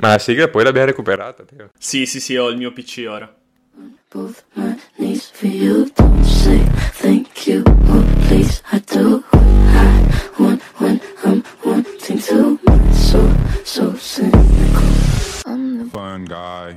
Ma la sigla poi l'abbiamo recuperata, Teo. Sì, ho il mio PC ora. Both my knees for you, don't say thank you, oh please, I do what I want when I'm wanting to, so cynical. I'm the fun guy.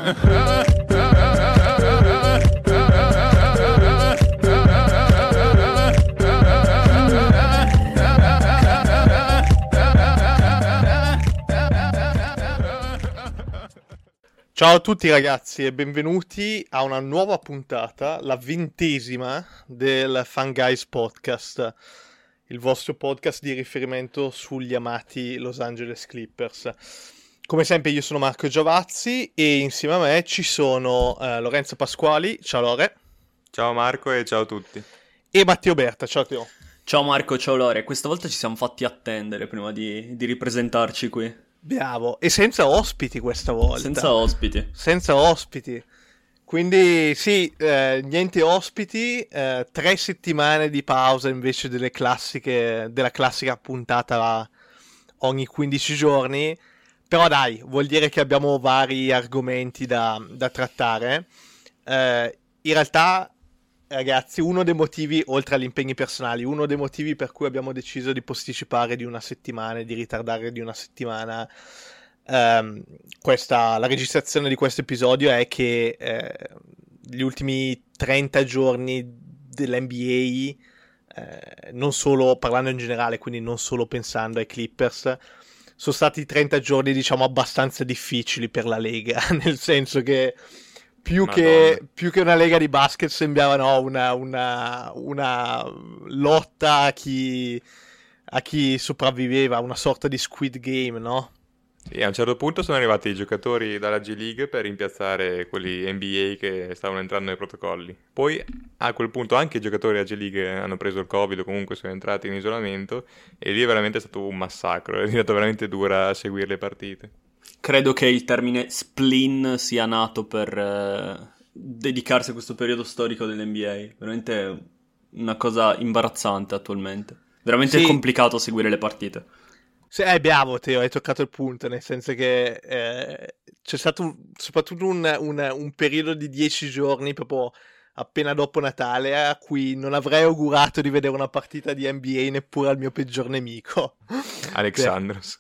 Ciao a tutti ragazzi e benvenuti a una nuova puntata, la 20ª del Fun Guys Podcast, il vostro podcast di riferimento sugli amati Los Angeles Clippers. Come sempre io sono Marco Giavazzi e insieme a me ci sono Lorenzo Pasquali, ciao Lore. Ciao Marco e ciao a tutti. E Matteo Berta, ciao Teo. Ciao Marco, ciao Lore. Questa volta ci siamo fatti attendere prima di ripresentarci qui. Bravo, e senza ospiti questa volta. Senza ospiti. Quindi sì, niente ospiti, 3 settimane di pausa invece della classica puntata ogni 15 giorni. Però dai, vuol dire che abbiamo vari argomenti da trattare. In realtà, ragazzi, uno dei motivi, oltre agli impegni personali, uno dei motivi per cui abbiamo deciso di posticipare di una settimana e di ritardare di una settimana la registrazione di questo episodio è che gli ultimi 30 giorni dell'NBA, non solo parlando in generale, quindi non solo pensando ai Clippers, sono stati 30 giorni diciamo abbastanza difficili per la Lega, nel senso che più che una lega di basket sembrava una lotta a chi sopravviveva, una sorta di Squid Game, no? Sì, a un certo punto sono arrivati i giocatori dalla G-League per rimpiazzare quelli NBA che stavano entrando nei protocolli. Poi a quel punto anche i giocatori della G-League hanno preso il Covid o comunque sono entrati in isolamento e lì è veramente stato un massacro, è diventato veramente dura seguire le partite. Credo che il termine spleen sia nato per dedicarsi a questo periodo storico dell'NBA. Veramente una cosa imbarazzante attualmente. Veramente sì. Complicato seguire le partite. Sì, bravo Teo, hai toccato il punto, nel senso che c'è stato soprattutto un periodo di 10 giorni proprio appena dopo Natale a cui non avrei augurato di vedere una partita di NBA neppure al mio peggior nemico. Alexandros.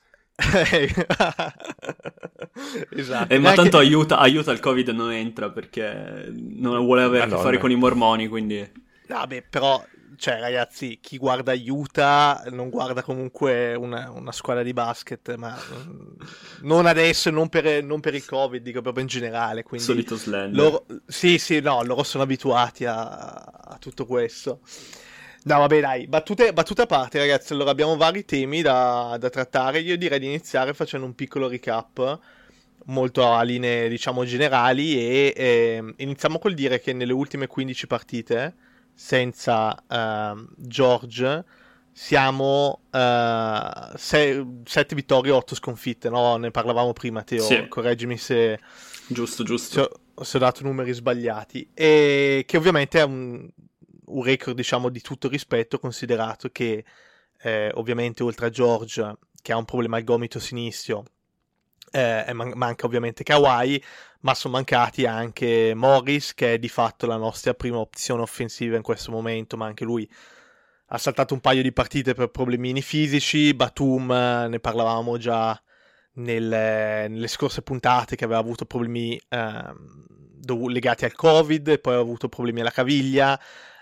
Esatto. Ma tanto aiuta il Covid non entra perché non vuole avere a che fare con i mormoni, quindi vabbè, però cioè ragazzi, chi guarda Utah non guarda comunque una squadra di basket, ma non adesso, non per il Covid, dico proprio in generale, quindi solito slang. Loro sono abituati a tutto questo. No, vabbè, dai, battute a parte, ragazzi. Allora, abbiamo vari temi da trattare. Io direi di iniziare facendo un piccolo recap, molto a linee, diciamo, generali. E iniziamo col dire che nelle ultime 15 partite, senza George, siamo 7 vittorie, 8 sconfitte, no? Ne parlavamo prima, Teo. Sì. Correggimi se... Giusto. Se ho dato numeri sbagliati. E che ovviamente è un record, diciamo, di tutto rispetto, considerato che ovviamente oltre a George, che ha un problema al gomito sinistro, manca ovviamente Kawhi, ma sono mancati anche Morris, che è di fatto la nostra prima opzione offensiva in questo momento, ma anche lui ha saltato un paio di partite per problemini fisici. Batum, ne parlavamo già nelle scorse puntate, che aveva avuto problemi legati al Covid e poi aveva avuto problemi alla caviglia.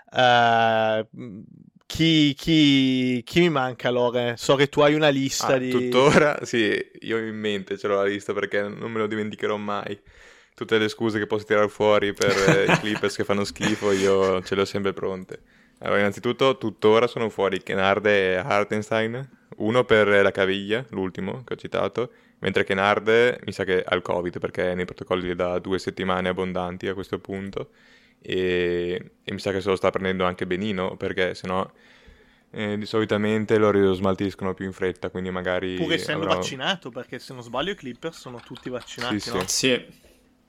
Chi mi manca, Lore? So che tu hai una lista di... Tuttora, sì, io in mente ce l'ho la lista perché non me lo dimenticherò mai. Tutte le scuse che posso tirare fuori per i Clippers che fanno schifo, io ce le ho sempre pronte. Allora, innanzitutto, tuttora sono fuori Kennard e Hartenstein, uno per la caviglia, l'ultimo che ho citato, mentre Kennard mi sa che ha il Covid perché è nei protocolli da 2 settimane abbondanti a questo punto. E mi sa che se lo sta prendendo anche benino perché sennò solitamente lo smaltiscono più in fretta, quindi magari pur essendo vaccinato, perché se non sbaglio i Clippers sono tutti vaccinati, sì, no? Sì.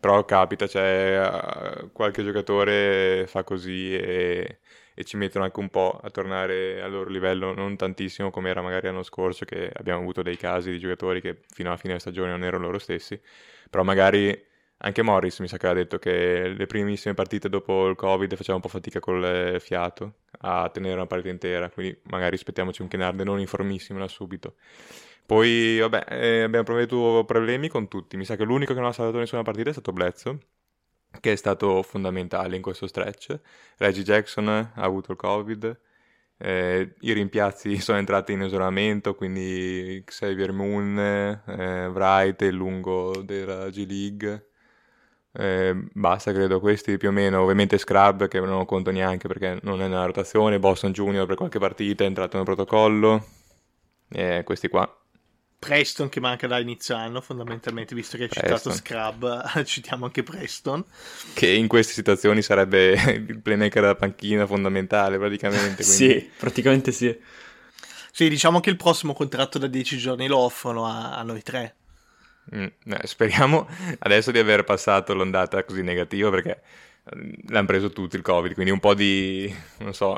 Però capita, cioè qualche giocatore fa così e ci mettono anche un po' a tornare al loro livello, non tantissimo come era magari l'anno scorso, che abbiamo avuto dei casi di giocatori che fino alla fine della stagione non erano loro stessi, però magari anche Morris mi sa che ha detto che le primissime partite dopo il Covid faceva un po' fatica col fiato a tenere una partita intera, quindi magari aspettiamoci un Kennard non informissimo da subito. Poi, vabbè, abbiamo avuto problemi con tutti. Mi sa che l'unico che non ha saltato nessuna partita è stato Bledsoe, che è stato fondamentale in questo stretch. Reggie Jackson ha avuto il Covid. I rimpiazzi sono entrati in isolamento, quindi Xavier Moon, Wright, il lungo della G-League. Basta, credo questi più o meno. Ovviamente Scrub, che non conto neanche perché non è nella rotazione. Boston Junior per qualche partita è entrato nel protocollo. Questi qua. Preston che manca da inizio anno, fondamentalmente, visto che hai citato Scrub, citiamo anche Preston. Che in queste situazioni sarebbe il playmaker della panchina fondamentale, praticamente. Quindi... Sì, praticamente sì. Sì, diciamo che il prossimo contratto da 10 giorni lo offrono a noi tre. Speriamo adesso di aver passato l'ondata così negativa, perché l'hanno preso tutti il Covid, quindi un po' di, non so...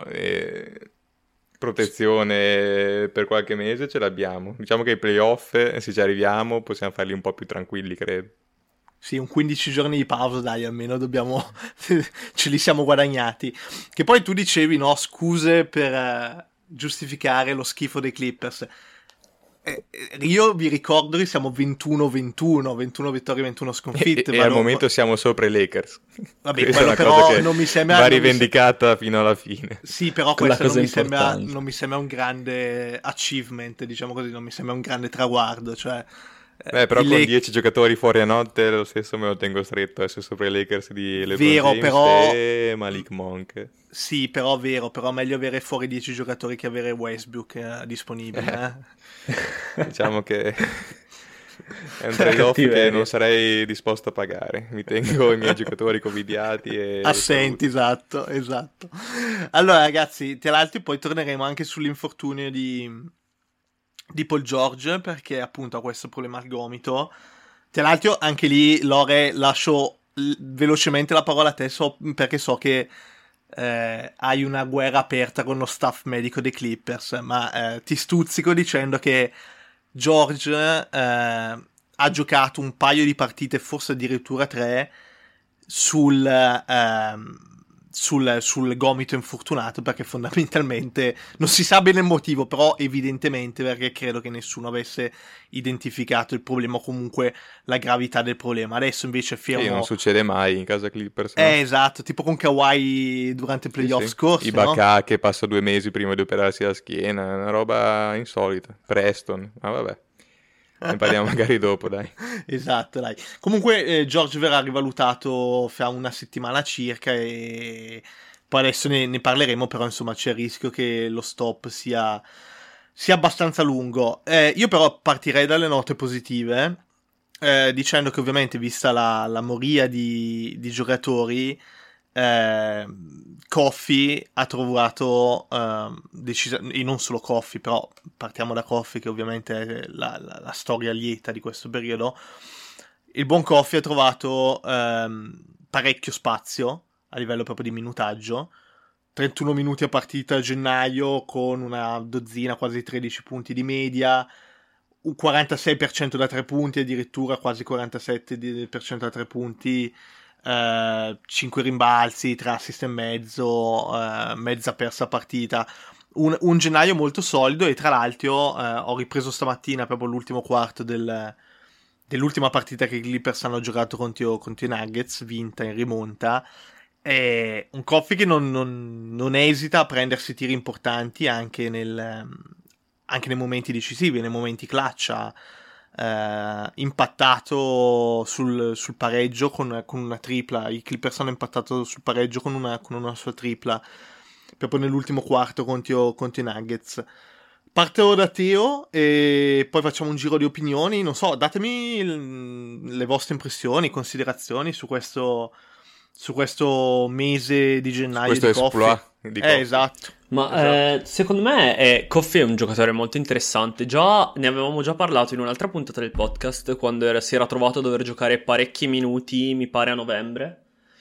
protezione per qualche mese ce l'abbiamo. Diciamo che ai playoff, se ci arriviamo, possiamo farli un po' più tranquilli, credo. Sì, un 15 giorni di pausa, dai, almeno dobbiamo... ce li siamo guadagnati. Che poi tu dicevi, no, scuse per giustificare lo schifo dei Clippers. Io vi ricordo che siamo 21-21, 21 vittorie, 21 sconfitte. E al momento siamo sopra i Lakers. Vabbè, questa è una però cosa che non mi sembra, va rivendicata fino alla fine. Sì, però questo non mi sembra un grande achievement, diciamo così, non mi sembra un grande traguardo, cioè... però con 10 giocatori fuori a notte lo stesso me lo tengo stretto, essere sopra i Lakers di LeBron James però... e Malik Monk. Sì, però vero, però meglio avere fuori 10 giocatori che avere Westbrook disponibile. Diciamo che è un trade-off che non sarei disposto a pagare. Mi tengo i miei giocatori covidiati e assenti, esatto. Allora ragazzi, tra l'altro poi torneremo anche sull'infortunio di Paul George, perché appunto ha questo problema al gomito. Tra l'altro anche lì, Lore, lascio velocemente la parola a te, perché so che hai una guerra aperta con lo staff medico dei Clippers, ma ti stuzzico dicendo che George ha giocato un paio di partite, forse addirittura 3, sul gomito infortunato, perché fondamentalmente non si sa bene il motivo, però evidentemente perché credo che nessuno avesse identificato il problema o comunque la gravità del problema. Adesso invece firmo... Sì, non succede mai in casa Clippers, no? Esatto, tipo con Kawhi durante i playoff scorsi, Ibaka, no? che passa 2 mesi prima di operarsi la schiena, una roba insolita. Preston, ma vabbè. Ne parliamo magari dopo, dai. Esatto, dai. Comunque George verrà rivalutato fra una settimana circa e poi adesso ne parleremo, però insomma c'è il rischio che lo stop sia abbastanza lungo. Io però partirei dalle note positive, dicendo che ovviamente vista la moria di giocatori, Coffee ha trovato e non solo Coffee, però partiamo da Coffee che ovviamente è la storia lieta di questo periodo. Il buon Coffee ha trovato parecchio spazio a livello proprio di minutaggio, 31 minuti a partita a gennaio con una dozzina, quasi 13 punti di media, un 46% da 3 punti, addirittura quasi 47% da 3 punti, 5 rimbalzi, 3 assist e mezzo, mezza persa partita, un gennaio molto solido. E tra l'altro ho ripreso stamattina proprio l'ultimo quarto dell'ultima partita che i Clippers hanno giocato contro i Nuggets, vinta in rimonta. È un Coffee che non esita a prendersi tiri importanti anche nei momenti decisivi, nei momenti clutch. Impattato sul pareggio con una tripla. I Clippers hanno impattato sul pareggio con una sua tripla proprio nell'ultimo quarto contro i Nuggets. Parto da Teo e poi facciamo un giro di opinioni. Non so, datemi le vostre impressioni, considerazioni su questo mese di gennaio, questo di Coffee. Di Coffee. Esatto. Ma secondo me Coffey è un giocatore molto interessante. Già ne avevamo già parlato in un'altra puntata del podcast, quando si era trovato a dover giocare parecchi minuti, mi pare a novembre.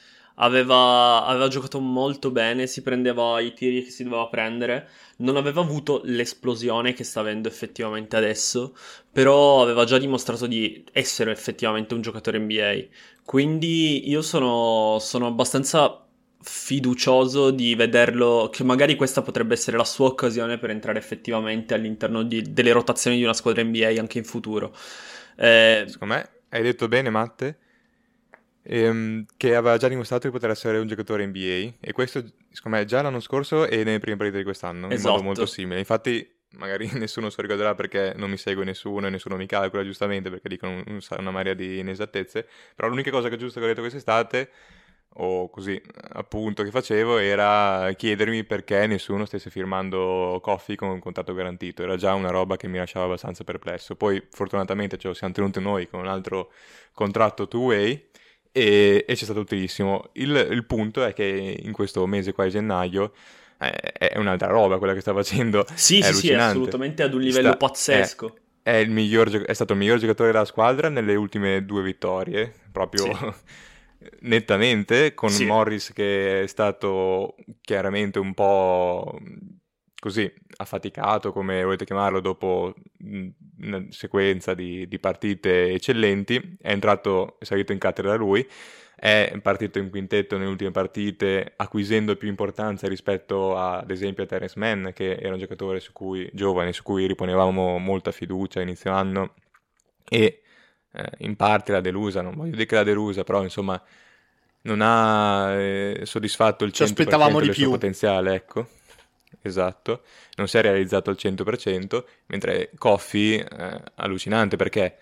Aveva giocato molto bene, si prendeva i tiri che si doveva prendere. Non aveva avuto l'esplosione che sta avendo effettivamente adesso, però aveva già dimostrato di essere effettivamente un giocatore NBA. Quindi io sono abbastanza fiducioso di vederlo, che magari questa potrebbe essere la sua occasione per entrare effettivamente all'interno delle rotazioni di una squadra NBA anche in futuro. Secondo me hai detto bene, Matte, che aveva già dimostrato di poter essere un giocatore NBA, e questo secondo me già l'anno scorso e nelle prime partite di quest'anno, in Esatto. modo molto simile. Infatti magari nessuno si ricorderà perché non mi segue nessuno e nessuno mi calcola, giustamente, perché dicono una marea di inesattezze, però l'unica cosa che giusta che ho detto quest'estate, o così appunto, che facevo era chiedermi perché nessuno stesse firmando Coffey con un contratto garantito. Era già una roba che mi lasciava abbastanza perplesso. Poi fortunatamente ce lo siamo tenuti noi con un altro contratto two-way e c'è stato utilissimo. Il punto è che in questo mese qua di gennaio è un'altra roba quella che sta facendo. Sì, È sì, allucinante. assolutamente ad un livello pazzesco. È stato il miglior giocatore della squadra nelle ultime 2 vittorie, proprio nettamente, con Sì. Morris che è stato chiaramente un po' così affaticato, come volete chiamarlo, dopo una sequenza di partite eccellenti. È salito in cattedra lui, è partito in quintetto nelle ultime partite, acquisendo più importanza rispetto ad esempio a Terence Mann, che era un giocatore giovane su cui riponevamo molta fiducia a inizio anno, e in parte l'ha delusa, non voglio dire che l'ha delusa, però insomma non ha soddisfatto il 100% aspettavamo di del suo più. potenziale, ecco. Esatto, non si è realizzato al 100%, mentre Coffey, allucinante, perché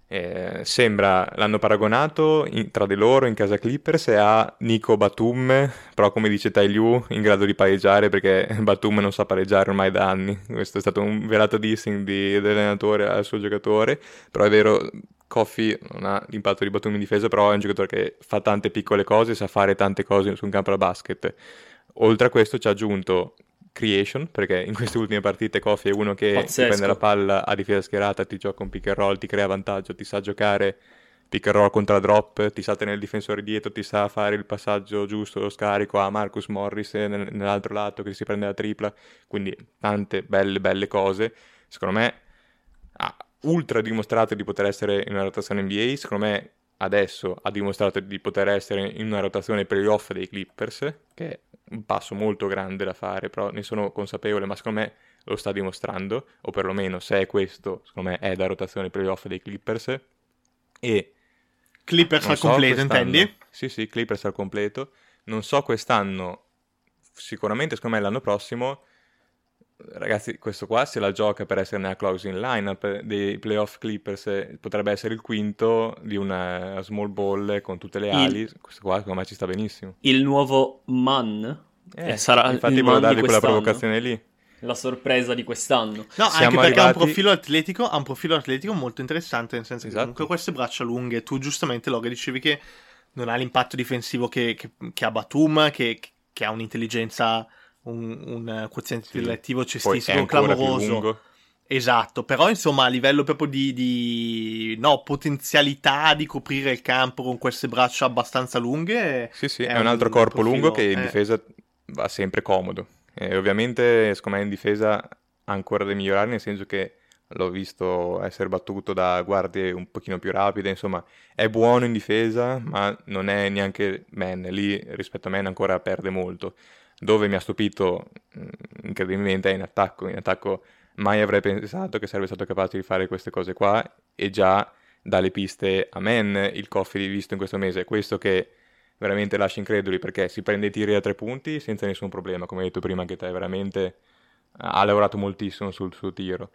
sembra, l'hanno paragonato tra di loro in casa Clippers a Nico Batum, però come dice Tai Lue, in grado di pareggiare, perché Batum non sa pareggiare ormai da anni. Questo è stato un velato dissing dell'allenatore al suo giocatore, però è vero, Coffey non ha l'impatto di Batum in difesa, però è un giocatore che fa tante piccole cose, sa fare tante cose su un campo da basket. Oltre a questo ci ha aggiunto creation, perché in queste ultime partite Coffey è uno che ti Pazzesco. prende la palla a difesa schierata, ti gioca un pick and roll, ti crea vantaggio, ti sa giocare pick and roll contro la drop, ti sa tenere il difensore dietro, ti sa fare il passaggio giusto, lo scarico a Marcus Morris nell'altro lato che si prende la tripla. Quindi tante belle cose. Secondo me ha ultra dimostrato di poter essere in una rotazione NBA. Secondo me adesso ha dimostrato di poter essere in una rotazione playoff dei Clippers, che è un passo molto grande da fare, però ne sono consapevole, ma secondo me lo sta dimostrando, o perlomeno se è questo, secondo me è da rotazione playoff dei Clippers. E Clippers non al so completo, quest'anno- intendi? Sì, Clippers al completo. Non so quest'anno, sicuramente secondo me l'anno prossimo, ragazzi, questo qua se la gioca per essere nella closing lineup dei playoff Clippers, potrebbe essere il quinto di una small ball con tutte le ali. Questo qua secondo me ci sta benissimo. Il nuovo man sarà Infatti il volevo man di dargli quella quest'anno. provocazione lì. La sorpresa di quest'anno. No, Siamo anche perché arrivati- ha un profilo atletico molto interessante, nel senso che Esatto. comunque queste braccia lunghe, tu giustamente Loga dicevi che non ha l'impatto difensivo che ha Batum, che ha un'intelligenza, un quoziente Sì. intellettivo Poi è cestistico ancora più clamoroso. lungo. Esatto, però insomma a livello proprio di potenzialità di coprire il campo con queste braccia abbastanza lunghe, Sì, è un altro corpo profilo, lungo che in difesa va sempre comodo. E ovviamente, secondo me, in difesa ha ancora da migliorare, nel senso che l'ho visto essere battuto da guardie un pochino più rapide, insomma, è buono in difesa, ma non è neanche Man. Lì, rispetto a Man, ancora perde molto. Dove mi ha stupito incredibilmente è in attacco. In attacco mai avrei pensato che sarebbe stato capace di fare queste cose qua, e già dalle piste a Man il Coffey visto in questo mese è questo che veramente lascia increduli, perché si prende i tiri da 3 punti senza nessun problema, come hai detto prima anche te, veramente ha lavorato moltissimo sul suo tiro,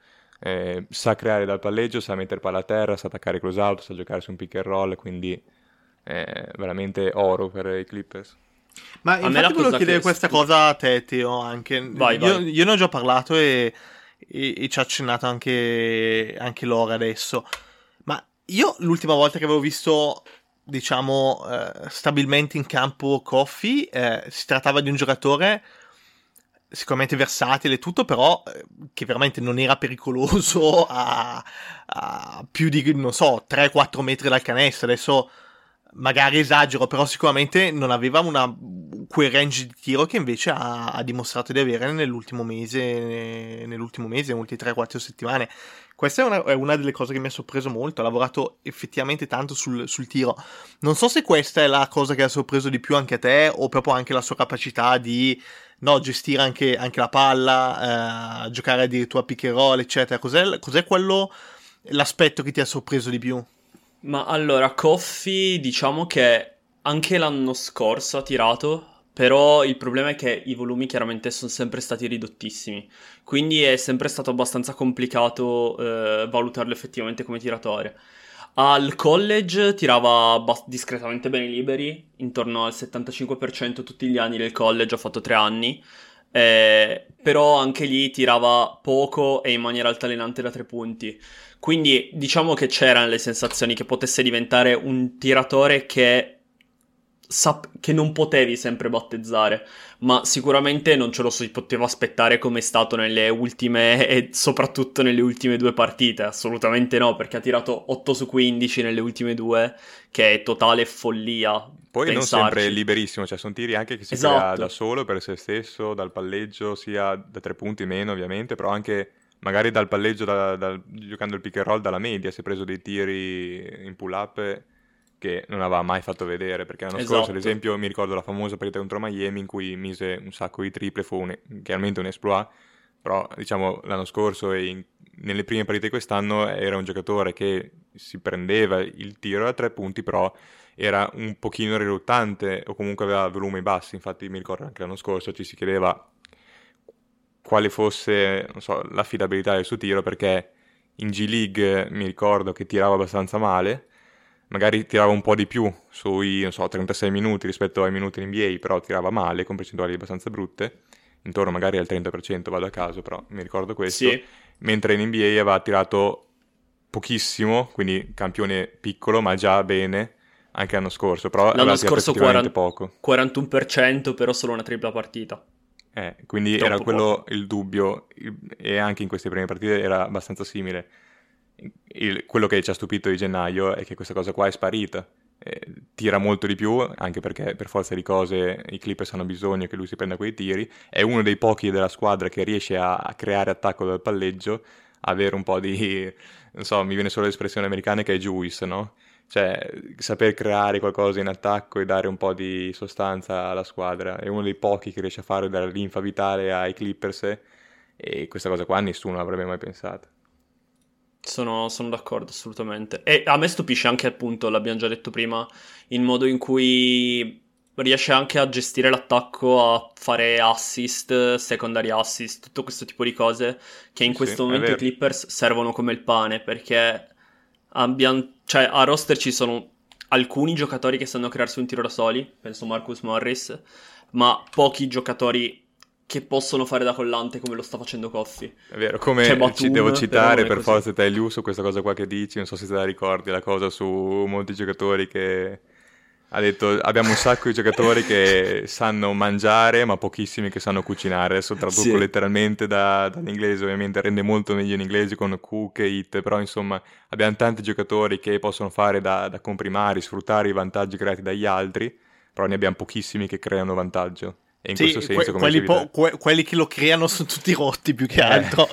sa creare dal palleggio, sa mettere palla a terra, sa attaccare close out, sa giocare su un pick and roll, quindi veramente oro per i Clippers. Ma A me la infatti volevo cosa chiedere che questa cosa a te, Teo, anche. Vai. Io ne ho già parlato e ci ha accennato anche Lora adesso. Ma io l'ultima volta che avevo visto, diciamo, stabilmente in campo Coffey, si trattava di un giocatore sicuramente versatile e tutto, però che veramente non era pericoloso a più di, non so, 3-4 metri dal canestro. Adesso magari esagero, però sicuramente non aveva quel range di tiro che invece ha dimostrato di avere nell'ultimo mese, nelle ultime 3-4 settimane. Questa è una delle cose che mi ha sorpreso molto. Ha lavorato effettivamente tanto sul tiro. Non so se questa è la cosa che ha sorpreso di più anche a te, o proprio anche la sua capacità di gestire anche la palla, giocare addirittura pick and roll, eccetera. Cos'è quello, l'aspetto che ti ha sorpreso di più? Ma allora, Coffee, diciamo che anche l'anno scorso ha tirato, però il problema è che i volumi chiaramente sono sempre stati ridottissimi, quindi è sempre stato abbastanza complicato valutarlo effettivamente come tiratore. Al college tirava discretamente bene i liberi, intorno al 75% tutti gli anni del college, ho fatto 3 anni, però anche lì tirava poco e in maniera altalenante da 3 punti. Quindi diciamo che c'erano le sensazioni che potesse diventare un tiratore che non potevi sempre battezzare, ma sicuramente non ce lo si poteva aspettare come è stato nelle ultime e soprattutto nelle ultime 2 partite. Assolutamente no, perché ha tirato 8 su 15 nelle ultime 2, che è totale follia. Poi non pensarci. sempre liberissimo, cioè sono tiri anche che si Esatto. crea da solo per se stesso, dal palleggio, sia da 3 punti meno ovviamente, però anche magari dal palleggio, giocando il pick and roll dalla media, si è preso dei tiri in pull-up che non aveva mai fatto vedere, perché l'anno scorso, ad esempio, mi ricordo la famosa partita contro Miami in cui mise un sacco di triple, fu chiaramente un exploit, però diciamo l'anno scorso e nelle prime partite di quest'anno era un giocatore che si prendeva il tiro da 3 punti, però era un pochino riluttante o comunque aveva volumi bassi. Infatti mi ricordo anche l'anno scorso ci si chiedeva quale fosse, non so, l'affidabilità del suo tiro, perché in G League mi ricordo che tirava abbastanza male, magari tirava un po' di più sui, non so, 36 minuti rispetto ai minuti in NBA, però tirava male, con percentuali abbastanza brutte, intorno magari al 30%, vado a caso, però mi ricordo questo, Sì. Mentre in NBA aveva tirato pochissimo, quindi campione piccolo, ma già bene, anche l'anno scorso, però l'anno scorso poco. 41%, però solo una tripla partita. Quindi Troppo era quello poco. il dubbio, e anche in queste prime partite era abbastanza simile. Quello che ci ha stupito di gennaio è che questa cosa qua è sparita. Tira molto di più, anche perché per forza di cose i Clippers hanno bisogno che lui si prenda quei tiri. È uno dei pochi della squadra che riesce a creare attacco dal palleggio, avere un po' di, non so, mi viene solo l'espressione americana che è juice, no? Cioè, saper creare qualcosa in attacco e dare un po' di sostanza alla squadra. È uno dei pochi che riesce a fare, dare linfa vitale ai Clippers, e questa cosa qua nessuno avrebbe mai pensato. Sono d'accordo, assolutamente. E a me stupisce anche, appunto, l'abbiamo già detto prima, il modo in cui riesce anche a gestire l'attacco, a fare assist, secondary assist, tutto questo tipo di cose che in questo momento i Clippers servono come il pane, perché cioè, a roster ci sono alcuni giocatori che sanno crearsi un tiro da soli, penso Marcus Morris, ma pochi giocatori che possono fare da collante come lo sta facendo Coffee. È vero, come Batum, devo citare per così. forza te Liu su questa cosa qua che dici, non so se te la ricordi, la cosa su molti giocatori che ha detto abbiamo un sacco di giocatori che sanno mangiare ma pochissimi che sanno cucinare. Adesso traduco letteralmente dall'inglese, ovviamente rende molto meglio in inglese con cook e eat, però insomma abbiamo tanti giocatori che possono fare da comprimari, sfruttare i vantaggi creati dagli altri, però ne abbiamo pochissimi che creano vantaggio. E in questo senso, come quelli che lo creano sono tutti rotti più che altro.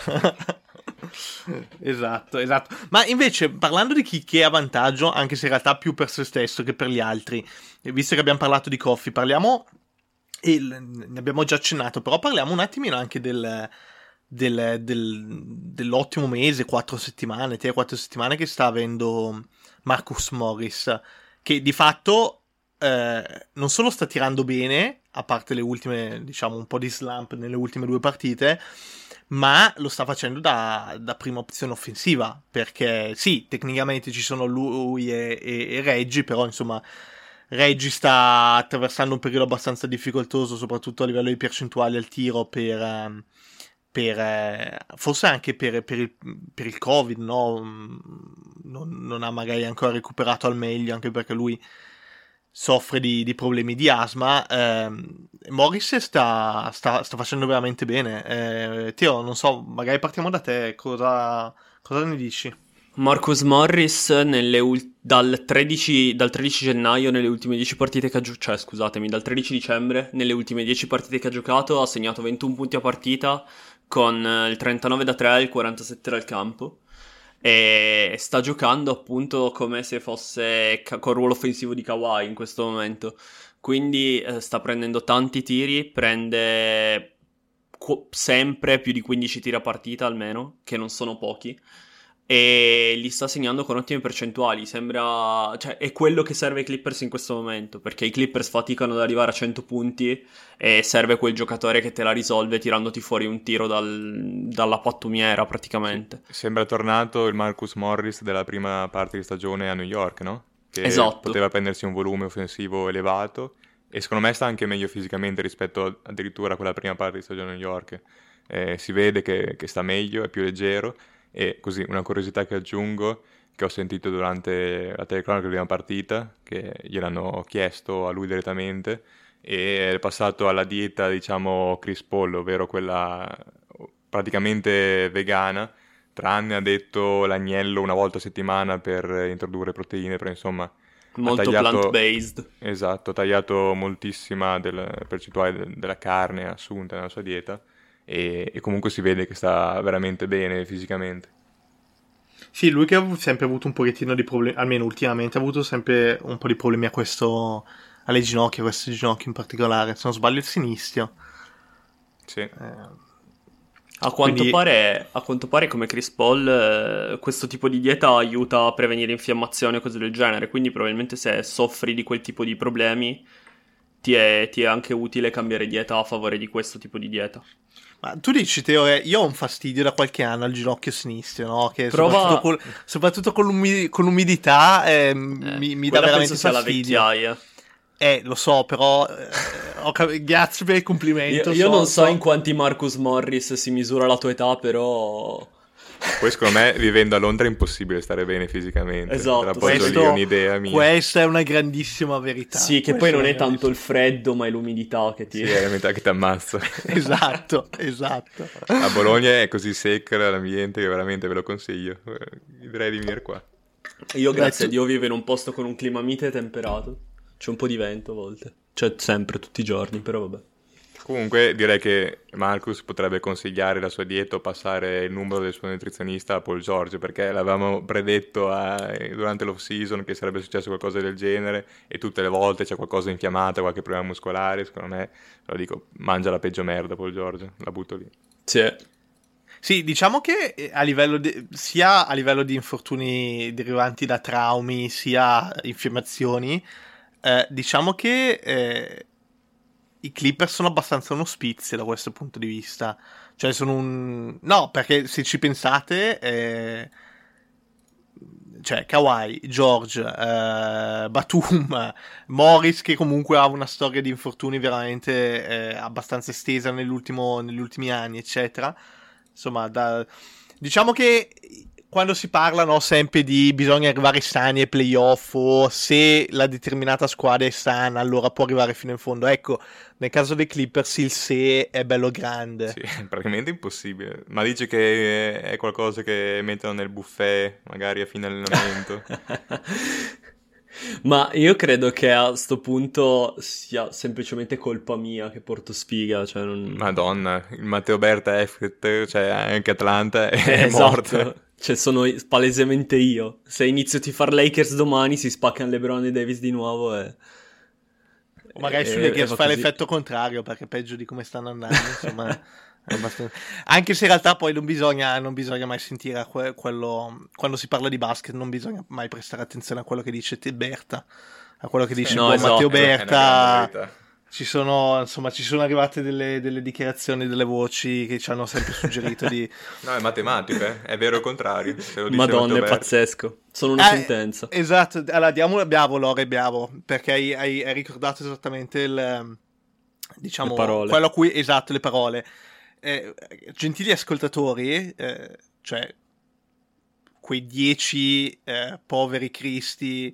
Esatto. Ma invece, parlando di chi ha vantaggio, anche se in realtà più per se stesso che per gli altri, visto che abbiamo parlato di Coffee, parliamo, e ne abbiamo già accennato, però parliamo un attimino anche dell'ottimo mese, 4 settimane che sta avendo Marcus Morris, che di fatto non solo sta tirando bene, a parte le ultime, diciamo, un po' di slump nelle ultime 2 partite, ma lo sta facendo da prima opzione offensiva, perché sì, tecnicamente ci sono lui e Reggie, però insomma Reggie sta attraversando un periodo abbastanza difficoltoso, soprattutto a livello di percentuali al tiro, forse anche per il Covid, no? Non ha magari ancora recuperato al meglio, anche perché lui soffre di problemi di asma. Morris sta facendo veramente bene. Teo, non so, magari partiamo da te, cosa ne dici? Marcus Morris dal 13 gennaio nelle ultime 10 partite che ha giocato, cioè scusatemi, dal 13 dicembre nelle ultime 10 partite che ha giocato ha segnato 21 punti a partita con il 39 da 3 e il 47 dal campo, e sta giocando appunto come se fosse col ruolo offensivo di Kawhi in questo momento, quindi sta prendendo tanti tiri, prende sempre più di 15 tiri a partita almeno, che non sono pochi, e li sta segnando con ottime percentuali. Sembra, cioè, è quello che serve ai Clippers in questo momento, perché i Clippers faticano ad arrivare a 100 punti e serve quel giocatore che te la risolve tirandoti fuori un tiro dalla pattumiera praticamente. Sembra tornato il Marcus Morris della prima parte di stagione a New York, no? Che Esatto. poteva prendersi un volume offensivo elevato, e secondo me sta anche meglio fisicamente rispetto addirittura a quella prima parte di stagione a New York. Si vede che sta meglio, è più leggero. E così, una curiosità che aggiungo, che ho sentito durante la telecronaca della prima partita, che gliel'hanno chiesto a lui direttamente, e è passato alla dieta, diciamo, Chris Paul, ovvero quella praticamente vegana, tranne, ha detto, l'agnello una volta a settimana per introdurre proteine, però insomma... Molto plant-based. Esatto, ha tagliato moltissima percentuale della carne assunta nella sua dieta, e comunque si vede che sta veramente bene fisicamente. Sì, lui che ha sempre avuto un pochettino di problemi, almeno ultimamente ha avuto sempre un po' di problemi alle ginocchia, queste ginocchia in particolare, se non sbaglio il sinistro. Sì. A quanto pare come Chris Paul questo tipo di dieta aiuta a prevenire infiammazione e cose del genere, quindi probabilmente se soffri di quel tipo di problemi ti è anche utile cambiare dieta a favore di questo tipo di dieta. Ma tu dici, Teo, io ho un fastidio da qualche anno al ginocchio sinistro, no? Che soprattutto con l'umidità mi dà veramente fastidio. La vecchiaia. Lo so, però grazie per il complimento. Io non so in quanti Marcus Morris si misura la tua età, però... Poi secondo me vivendo a Londra è impossibile stare bene fisicamente. Esatto. Un'idea mia. Questa è una grandissima verità. Sì, che poi non è tanto il freddo, ma è l'umidità che ti... Sì, è la metà che ti ammazza. Esatto. A Bologna è così secco l'ambiente che veramente ve lo consiglio. Direi di venire qua. Io grazie a Dio vivo in un posto con un clima mite e temperato. C'è un po' di vento a volte. Cioè sempre, tutti i giorni, però vabbè. Comunque direi che Marcus potrebbe consigliare la sua dieta o passare il numero del suo nutrizionista a Paul George, perché l'avevamo predetto durante l'off season che sarebbe successo qualcosa del genere, e tutte le volte c'è qualcosa infiammato, qualche problema muscolare. Secondo me, lo dico, mangia la peggio merda Paul George, la butto lì. Sì, diciamo che sia a livello di infortuni derivanti da traumi sia infiammazioni, diciamo che i Clippers sono abbastanza un ospizio da questo punto di vista. Cioè no, perché se ci pensate, cioè Kawhi, George, Batum, Morris, che comunque ha una storia di infortuni veramente abbastanza estesa negli ultimi anni, eccetera. Insomma, diciamo che quando si parla, no, sempre di bisogna arrivare sani ai playoff, o se la determinata squadra è sana allora può arrivare fino in fondo. Ecco, nel caso dei Clippers il se è bello grande. Sì, è praticamente impossibile. Ma dice che è qualcosa che mettono nel buffet magari a fine allenamento. Ma io credo che a sto punto sia semplicemente colpa mia che porto sfiga, cioè non... Madonna, il Matteo Berta effect, cioè anche Atlanta è esatto. morta. Cioè sono palesemente io. Se inizio a tifare Lakers domani si spaccano LeBron e Davis di nuovo e... O magari sui Lakers fa l'effetto contrario, perché peggio di come stanno andando, insomma... Anche se in realtà poi non bisogna mai sentire quello, quando si parla di basket non bisogna mai prestare attenzione a quello che dice Berta, a quello che dice esatto. Matteo Berta. Ci sono arrivate delle dichiarazioni, delle voci che ci hanno sempre suggerito di... No, è matematico, è vero il contrario. Se lo dice Madonna, è pazzesco. Sono una sentenza. Esatto, allora diamo Lore Biavo, perché hai ricordato esattamente diciamo, le parole. Quello a cui, esatto, le parole. Gentili ascoltatori, cioè quei 10 poveri cristi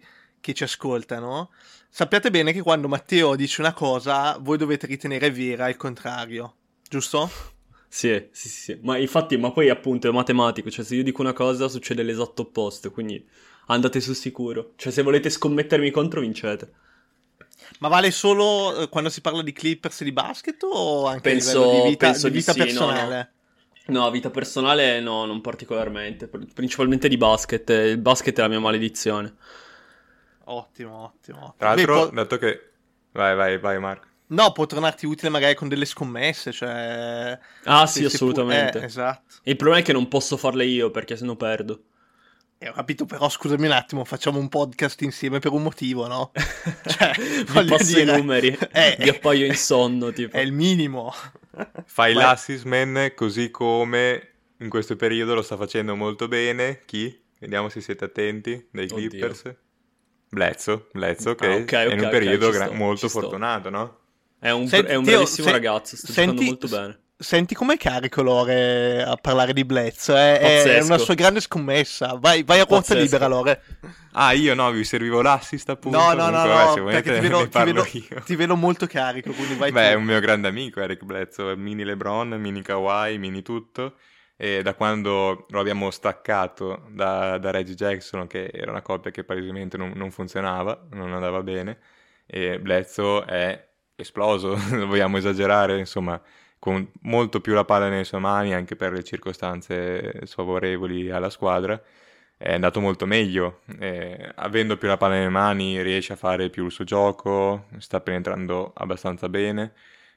che ci ascoltano, sappiate bene che quando Matteo dice una cosa, voi dovete ritenere vera il contrario, giusto? Sì. Ma infatti, ma poi appunto è matematico, cioè se io dico una cosa succede l'esatto opposto, quindi andate sul sicuro. Cioè se volete scommettermi contro, vincete. Ma vale solo quando si parla di Clippers e di basket o anche Penso- a livello di vita, penso di di vita sì, no, personale? No, vita personale no, non particolarmente, principalmente di basket. Il basket è la mia maledizione. Ottimo. Tra Beh, l'altro, dato che... Vai Marco. no, può tornarti utile magari con delle scommesse, cioè... Ah se- sì, se assolutamente. esatto. Il problema è che non posso farle io perché sennò perdo. Ho capito, però scusami un attimo, facciamo un podcast insieme per un motivo, no? Cioè, Vi voglio passo dire, i numeri, vi appaio in sonno, tipo. è il minimo. Fai Vai. l'assist man così come in questo periodo lo sta facendo molto bene. Chi? Vediamo se siete attenti, dei Oddio. Clippers. Bledsoe, che Ah, ok, è in un ok, periodo ci sto, molto ci sto. fortunato, no? È un Senti, Teo, bravissimo ragazzo, sta giocando molto bene. Senti com'è carico Lore a parlare di Bledsoe, è Pazzesco. una sua grande scommessa. Vai a ruota Pazzesco. libera, Lore. Ah, io no, vi servivo l'assist appunto. No, Comunque, vabbè, se perché volete ne parlo io. ti vedo molto carico, quindi vai Beh, è tu. un mio grande amico Eric Bledsoe, mini LeBron, mini Kawhi, mini tutto. E da quando lo abbiamo staccato da Reggie Jackson, che era una coppia che palesemente non funzionava, non andava bene, e Bledsoe è esploso, non vogliamo esagerare, insomma, con molto più la palla nelle sue mani, anche per le circostanze sfavorevoli alla squadra. È andato molto meglio, avendo più la palla nelle mani riesce a fare più il suo gioco, sta penetrando abbastanza bene,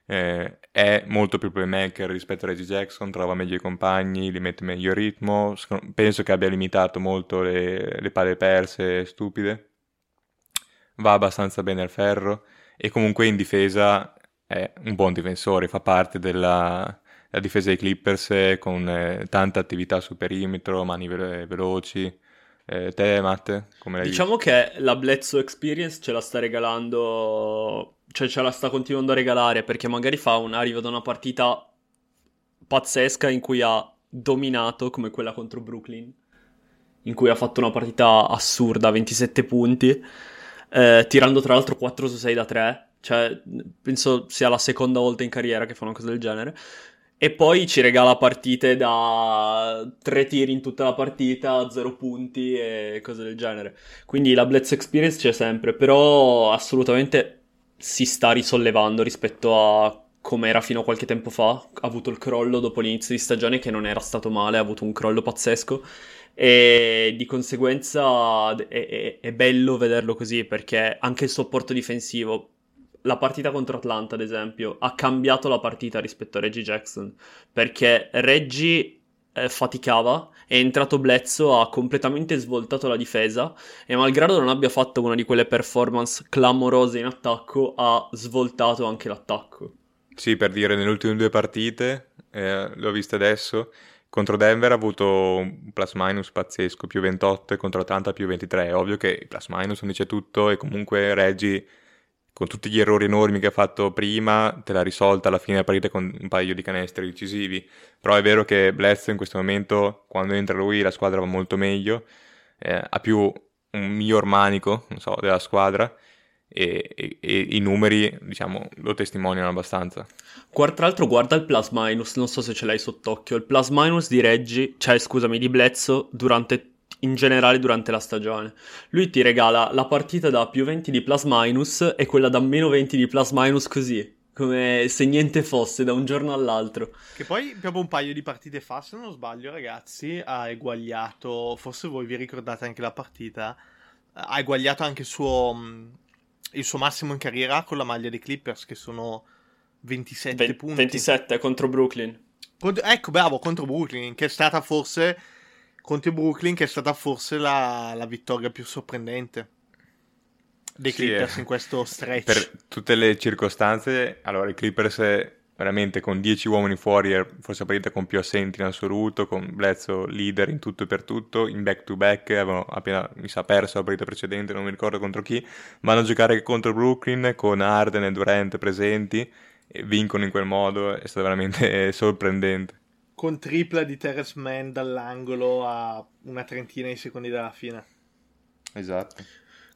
è molto più playmaker rispetto a Reggie Jackson, trova meglio i compagni, li mette meglio in ritmo, penso che abbia limitato molto le palle perse stupide, va abbastanza bene al ferro e comunque in difesa è un buon difensore, fa parte della difesa dei Clippers con tanta attività sul perimetro, mani veloci. Te, Matte, come l'hai Diciamo che la Bledsoe Experience ce la sta regalando, cioè ce la sta continuando a regalare perché magari arriva da una partita pazzesca in cui ha dominato come quella contro Brooklyn, in cui ha fatto una partita assurda, 27 punti, tirando tra l'altro 4 su 6 da 3, cioè penso sia la seconda volta in carriera che fa una cosa del genere. E poi ci regala partite da 3 tiri in tutta la partita, 0 punti e cose del genere. Quindi la Bledsoe Experience c'è sempre, però assolutamente si sta risollevando rispetto a come era fino a qualche tempo fa. Ha avuto il crollo dopo l'inizio di stagione che non era stato male, ha avuto un crollo pazzesco e di conseguenza è bello vederlo così perché anche il supporto difensivo, la partita contro Atlanta ad esempio, ha cambiato la partita rispetto a Reggie Jackson perché Reggie faticava, è entrato Bledsoe, ha completamente svoltato la difesa e malgrado non abbia fatto una di quelle performance clamorose in attacco, ha svoltato anche l'attacco. Sì, per dire, nelle ultime 2 partite, l'ho vista adesso, contro Denver ha avuto un plus minus pazzesco, più 28 e contro Atlanta più 23. È ovvio che il plus minus non dice tutto e comunque Reggie, con tutti gli errori enormi che ha fatto prima, te l'ha risolta alla fine della partita con un paio di canestri decisivi. Però è vero che Bledsoe in questo momento, quando entra lui, la squadra va molto meglio, ha più un miglior manico, non so, della squadra, e i numeri, diciamo, lo testimoniano abbastanza. Tra l'altro guarda il plus minus, non so se ce l'hai sott'occhio, il plus minus di Reggie, cioè scusami, di Bledsoe in generale durante la stagione. Lui ti regala la partita da più 20 di plus minus e quella da meno 20 di plus minus così, come se niente fosse da un giorno all'altro. Che poi proprio un paio di partite fa, se non sbaglio ragazzi, ha eguagliato, forse voi vi ricordate anche la partita, ha eguagliato anche il suo massimo in carriera con la maglia dei Clippers, che sono 27 punti. 27 contro Brooklyn. Ecco, bravo, contro Brooklyn, che è stata forse la vittoria più sorprendente dei Clippers in questo stretch. Per tutte le circostanze, allora i Clippers veramente con 10 uomini fuori, forse la partita con più assenti in assoluto, con Bledsoe leader in tutto e per tutto, in back-to-back, avevano appena, mi sa, perso la partita precedente, non mi ricordo contro chi, vanno a giocare contro Brooklyn con Harden e Durant presenti, e vincono in quel modo, è stato veramente sorprendente. Con tripla di Terrence Mann dall'angolo a una trentina di secondi dalla fine. Esatto.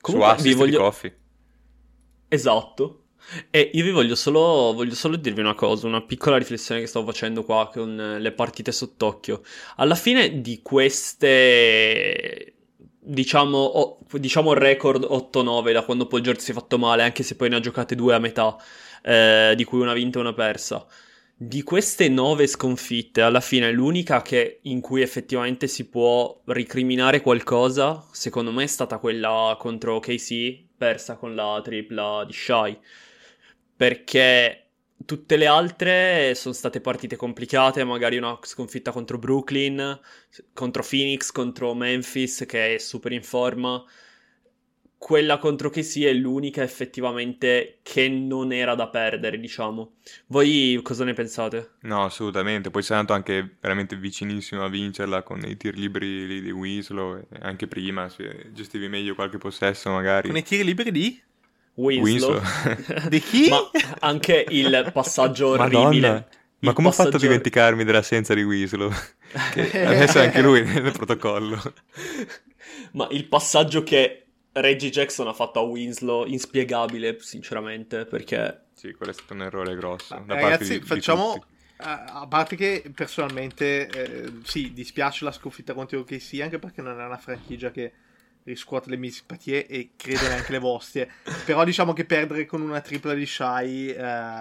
Comunque, Su assist vi voglio... di Coffee. Esatto. E io voglio solo dirvi una cosa, una piccola riflessione che stavo facendo qua con le partite sott'occhio. Alla fine di queste, diciamo il record 8-9 da quando Paul George si è fatto male, anche se poi ne ha giocate 2 a metà, di cui una vinta e una persa. Di queste 9 sconfitte, alla fine l'unica in cui effettivamente si può ricriminare qualcosa, secondo me è stata quella contro KC, persa con la tripla di Shai. Perché tutte le altre sono state partite complicate, magari una sconfitta contro Brooklyn, contro Phoenix, contro Memphis che è super in forma. Quella contro KC è l'unica effettivamente che non era da perdere, diciamo. Voi cosa ne pensate? No, assolutamente. Poi sei andato anche veramente vicinissimo a vincerla con i tiri liberi lì di Winslow, e anche prima, se gestivi meglio qualche possesso magari. Con i tiri liberi di? Winslow. Di chi? Ma anche il passaggio orribile. Madonna, ma come ho fatto a dimenticarmi dell'assenza di Winslow? Che adesso è anche lui nel protocollo. Ma il passaggio che Reggie Jackson ha fatto a Winslow, inspiegabile, sinceramente, perché... Sì, quello è stato un errore grosso. Da Ragazzi, parte facciamo... di tutti. A parte che personalmente, sì, dispiace la sconfitta contro OKC, anche perché non è una franchigia che riscuote le mie simpatie e credo neanche le vostre. Però diciamo che perdere con una tripla di Shai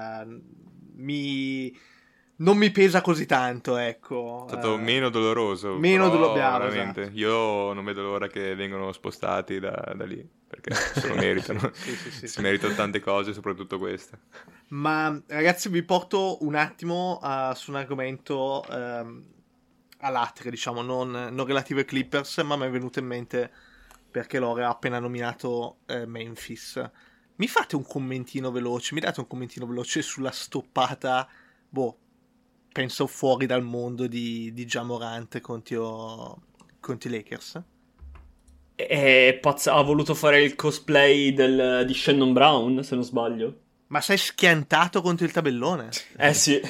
non mi pesa così tanto, ecco. È stato meno doloroso. Meno però doloroso, veramente. esatto. Io non vedo l'ora che vengano spostati da lì, perché se lo meritano. Sì. Si meritano tante cose, soprattutto questa. Ma ragazzi, vi porto un attimo su un argomento a latere, diciamo, non relativo ai Clippers, ma mi è venuto in mente perché Lore ha appena nominato Memphis. Mi fate un commentino veloce, mi date un commentino veloce sulla stoppata, penso fuori dal mondo di Ja Morant contro i Lakers? Ha voluto fare il cosplay di Shannon Brown, se non sbaglio. Ma sei schiantato contro il tabellone? Sì.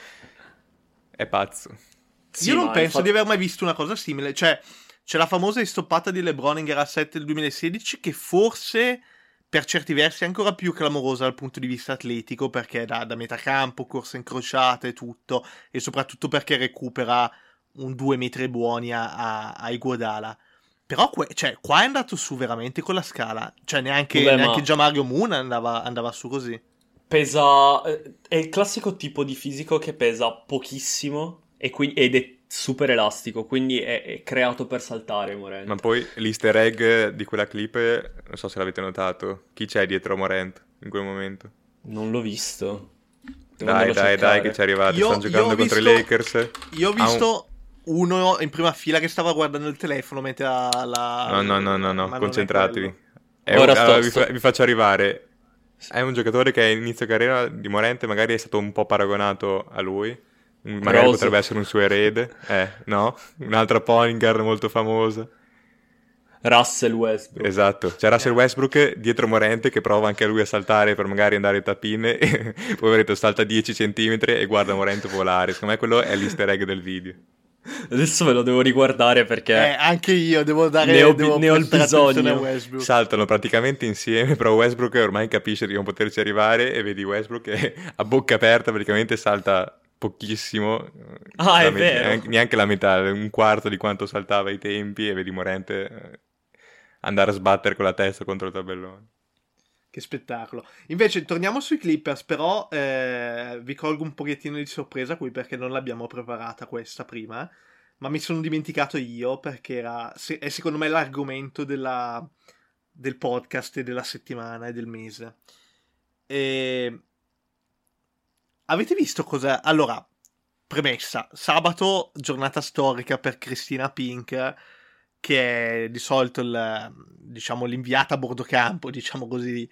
È pazzo. Io non penso di aver mai visto una cosa simile. Cioè, c'è la famosa stoppata di LeBron in gara 7 del 2016 che forse per certi versi è ancora più clamorosa dal punto di vista atletico, perché da metà campo, corsa incrociata e tutto, e soprattutto perché recupera un 2 metri buoni a Iguodala. Però qua è andato su veramente con la scala. Cioè neanche già Mario Moon andava su così. Pesa... è il classico tipo di fisico che pesa pochissimo ed è super elastico, quindi è creato per saltare Morant. Ma poi l'easter egg di quella clip, non so se l'avete notato, chi c'è dietro Morant in quel momento? Non l'ho visto. Dai che ci è arrivato, stanno giocando contro i Lakers. Io ho visto uno in prima fila che stava guardando il telefono mentre la... No, concentratevi. Vi faccio arrivare. È un giocatore che all'inizio carriera di Morant magari è stato un po' paragonato a lui. Magari Rose. potrebbe essere un suo erede. No? Un'altra point guard molto famosa. Russell Westbrook. Esatto, c'è Russell Westbrook dietro Morant che prova anche lui a saltare per magari andare tap-in e poveretto salta 10 centimetri e guarda Morant volare. Secondo me quello è l'easter egg del video. Adesso me lo devo riguardare perché anche io devo ne ho il bisogno. A Westbrook. Saltano praticamente insieme, però Westbrook ormai capisce di non poterci arrivare e vedi Westbrook che a bocca aperta praticamente salta pochissimo. È vero. Neanche la metà, un quarto di quanto saltava ai tempi, e vedi Morant andare a sbattere con la testa contro il tabellone. Che spettacolo. Invece torniamo sui Clippers, però vi colgo un pochettino di sorpresa qui perché non l'abbiamo preparata questa prima, ma mi sono dimenticato io perché è secondo me l'argomento del podcast e della settimana e del mese. Avete visto cosa... Allora, premessa, sabato giornata storica per Cristina Pink, che è di solito l'inviata a bordo campo, diciamo così,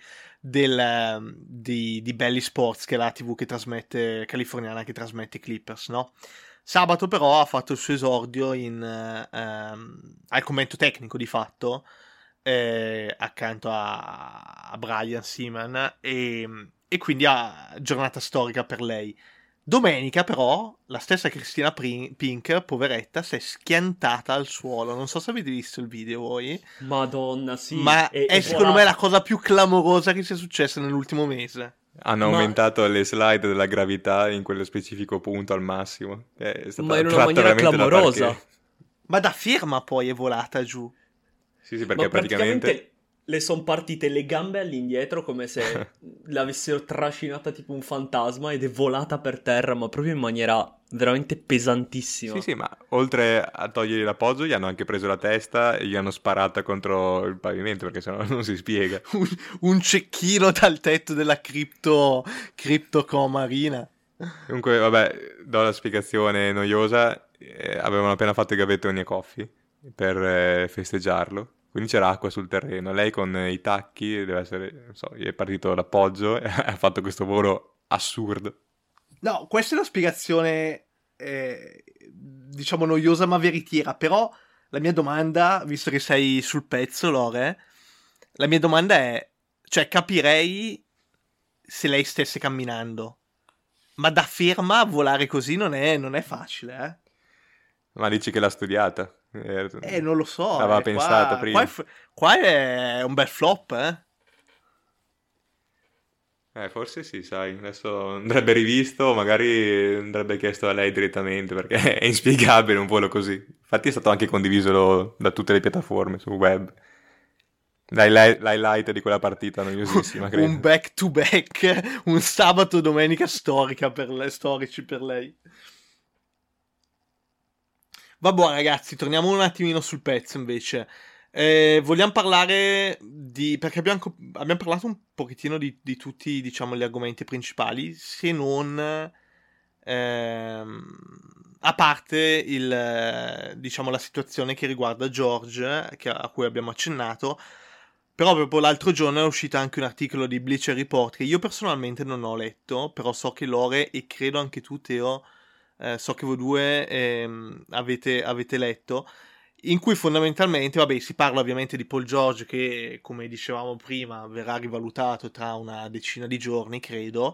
di Belly Sports, che è la TV che trasmette californiana, che trasmette Clippers, no? Sabato però ha fatto il suo esordio al commento tecnico di fatto, accanto a Brian Seaman, e quindi giornata storica per lei. Domenica però la stessa Cristina Pink, poveretta, si è schiantata al suolo. Non so se avete visto il video voi. Madonna, sì. Ma è secondo me la cosa più clamorosa che sia successa nell'ultimo mese. Hanno aumentato le slide della gravità in quello specifico punto al massimo. È stata Ma in una tratta maniera veramente da clamorosa. parquet. Ma da firma poi è volata giù. Sì, perché Ma praticamente... le sono partite le gambe all'indietro come se l'avessero trascinata tipo un fantasma ed è volata per terra, ma proprio in maniera veramente pesantissima. Sì, ma oltre a togliergli l'appoggio gli hanno anche preso la testa e gli hanno sparata contro il pavimento, perché sennò non si spiega. Un cecchino dal tetto della Crypto.com Arena. Comunque, vabbè, do la spiegazione noiosa. Avevano appena fatto il gavettoni a Coffee per festeggiarlo. Quindi c'era acqua sul terreno. Lei con i tacchi, deve essere, non so, gli è partito l'appoggio e ha fatto questo volo assurdo. No, questa è una spiegazione, diciamo, noiosa ma veritiera. Però la mia domanda, visto che sei sul pezzo, Lore, la mia domanda è, cioè, capirei se lei stesse camminando. Ma da ferma volare così non è facile, eh? Ma dici che l'ha studiata? Non lo so. L'aveva pensata prima. Qua è un bel flop, eh? Forse sì, sai. Adesso andrebbe rivisto, magari andrebbe chiesto a lei direttamente, perché è inspiegabile un volo così. Infatti è stato anche condiviso da tutte le piattaforme sul web. L'highlight di quella partita noiosissima, credo. Un back to back, un sabato domenica storici per lei. Vabbè ragazzi, torniamo un attimino sul pezzo invece. Vogliamo parlare perché abbiamo parlato un pochettino di tutti, diciamo, gli argomenti principali, se non a parte diciamo, la situazione che riguarda George, a cui abbiamo accennato. Però proprio l'altro giorno è uscito anche un articolo di Bleacher Report che io personalmente non ho letto, però so che Lore e credo anche tu, Teo, so che voi due avete letto, in cui fondamentalmente, vabbè, si parla ovviamente di Paul George che, come dicevamo prima, verrà rivalutato tra una decina di giorni, credo.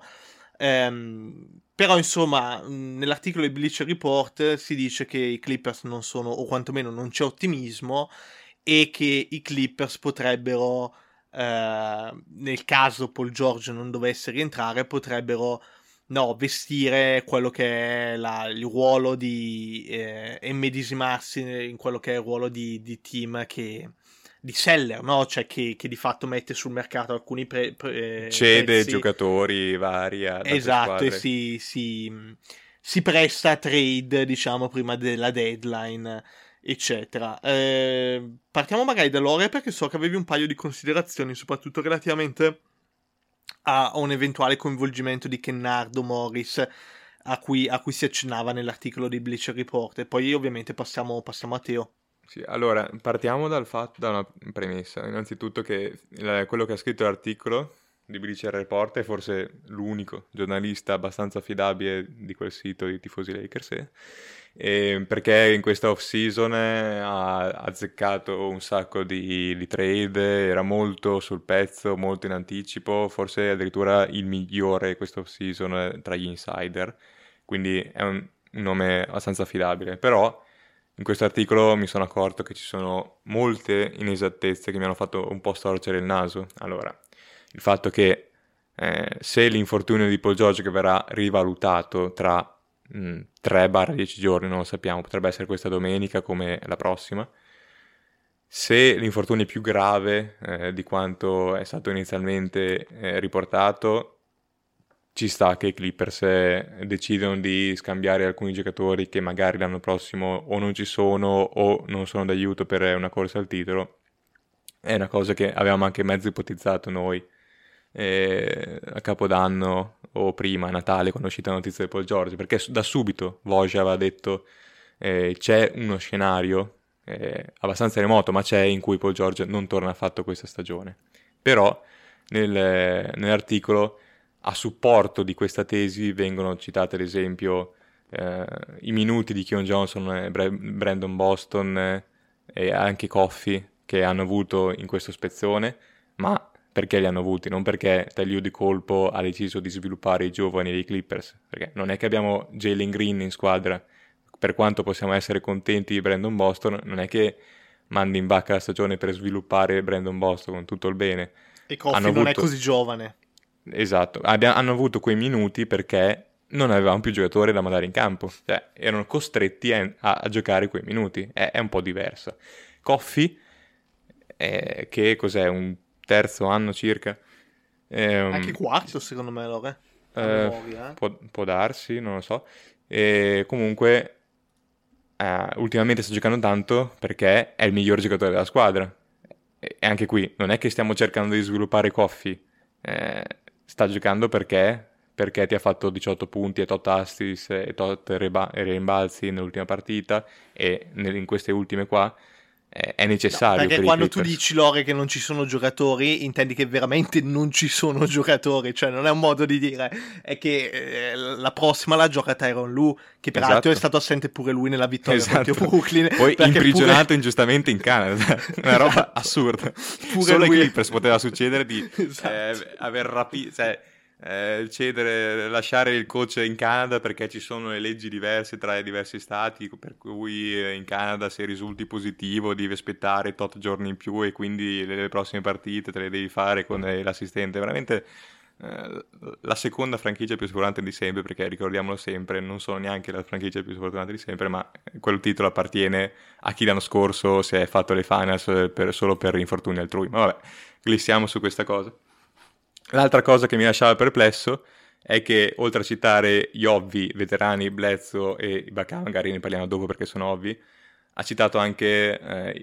Però insomma, nell'articolo di Bleacher Report si dice che i Clippers non sono, o quantomeno non c'è ottimismo, e che i Clippers potrebbero, nel caso Paul George non dovesse rientrare, potrebbero vestire quello che è il ruolo e medesimarsi in quello che è il ruolo di team di seller, no? Cioè che di fatto mette sul mercato alcuni cede prezzi. Giocatori vari ad altre Esatto, squadre. e si presta a trade, diciamo, prima della deadline, eccetera. Partiamo magari da Lore, perché so che avevi un paio di considerazioni, soprattutto relativamente a un eventuale coinvolgimento di Kennard o Morris a cui si accennava nell'articolo di Bleacher Report, e poi ovviamente passiamo a Teo. Sì, allora, partiamo da una premessa. Innanzitutto che quello che ha scritto l'articolo di Bleacher Report è forse l'unico giornalista abbastanza affidabile di quel sito di tifosi Lakers, perché in questa off-season ha azzeccato un sacco di trade, era molto sul pezzo, molto in anticipo, forse addirittura il migliore questa off-season tra gli insider, quindi è un nome abbastanza affidabile. Però in questo articolo mi sono accorto che ci sono molte inesattezze che mi hanno fatto un po' storcere il naso. Allora, il fatto che se l'infortunio di Paul George che verrà rivalutato tra 3-10 giorni, non lo sappiamo, potrebbe essere questa domenica come la prossima, se l'infortunio è più grave di quanto è stato inizialmente riportato, ci sta che i Clippers decidano di scambiare alcuni giocatori che magari l'anno prossimo o non ci sono o non sono d'aiuto per una corsa al titolo. È una cosa che avevamo anche mezzo ipotizzato noi a Capodanno o prima, a Natale, quando è uscita la notizia di Paul George, perché da subito Woj aveva detto c'è uno scenario abbastanza remoto, ma c'è, in cui Paul George non torna affatto questa stagione. Però nell'articolo a supporto di questa tesi vengono citate ad esempio i minuti di Keon Johnson, Brandon Boston e anche Coffey che hanno avuto in questo spezzone, ma perché li hanno avuti, non perché Tagliu di colpo ha deciso di sviluppare i giovani dei Clippers, perché non è che abbiamo Jalen Green in squadra, per quanto possiamo essere contenti di Brandon Boston, non è che mandi in vacca la stagione per sviluppare Brandon Boston con tutto il bene. E Coffey non è così giovane. Esatto, hanno avuto quei minuti perché non avevamo più giocatori da mandare in campo, cioè erano costretti a giocare quei minuti, è un po' diversa. Coffey, che cos'è, un terzo anno circa? Anche quarto secondo me, Lore. Può darsi, non lo so. Comunque, ultimamente sta giocando tanto perché è il miglior giocatore della squadra. E anche qui, non è che stiamo cercando di sviluppare Coffey, sta giocando perché ti ha fatto 18 punti e 8 assist e 8 rimbalzi nell'ultima partita e in queste ultime qua è necessario. No, perché per quando i tu Clippers. dici, Lore, che non ci sono giocatori, intendi che veramente non ci sono giocatori, cioè non è un modo di dire, è che la prossima la gioca Tyronn Lue, che peraltro Esatto. è stato assente pure lui nella vittoria Esatto. contro Brooklyn. Poi perché imprigionato pure... ingiustamente in Canada, una roba assurda. Pure Solo ai lui- Clippers poteva succedere di Esatto. aver cedere, lasciare il coach in Canada perché ci sono le leggi diverse tra i diversi stati, per cui in Canada se risulti positivo devi aspettare tot giorni in più e quindi le prossime partite te le devi fare con l'assistente. Veramente la seconda franchigia più sfortunata di sempre, perché ricordiamolo sempre, non sono neanche la franchigia più sfortunata di sempre, ma quel titolo appartiene a chi l'anno scorso si è fatto le finals solo per infortuni altrui. Ma vabbè, glissiamo su questa cosa. L'altra cosa che mi lasciava perplesso è che, oltre a citare gli ovvi veterani Bledsoe e Ibaka, magari ne parliamo dopo perché sono ovvi, ha citato anche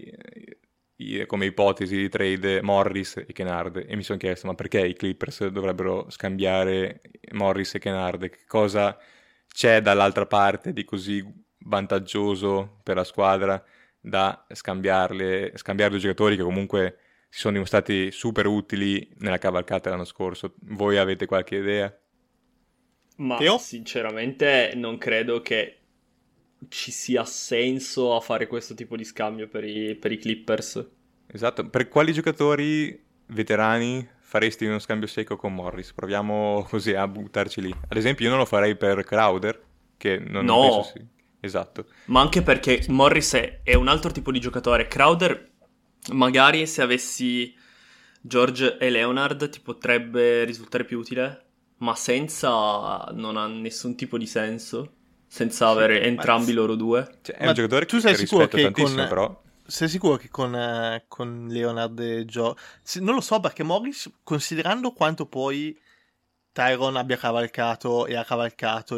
come ipotesi di trade Morris e Kennard, e mi sono chiesto, ma perché i Clippers dovrebbero scambiare Morris e Kennard? Che cosa c'è dall'altra parte di così vantaggioso per la squadra da scambiare due giocatori che comunque si sono dimostrati super utili nella cavalcata l'anno scorso? Voi avete qualche idea? Ma Teo? sinceramente non credo che ci sia senso a fare questo tipo di scambio per i Clippers. Esatto, per quali giocatori veterani faresti uno scambio secco con Morris? Proviamo così a buttarci lì. Ad esempio io non lo farei per Crowder, che non No. penso sì. Esatto. Ma anche perché Morris è un altro tipo di giocatore. Crowder, magari se avessi George e Leonard, ti potrebbe risultare più utile, ma senza non ha nessun tipo di senso, senza avere entrambi loro due. Cioè, è Ma un giocatore tu che sei sicuro rispetto che tantissimo, però... Sei sicuro che con Leonard e Joe... Non lo so, perché Morris, considerando quanto poi Tyron abbia cavalcato e ha cavalcato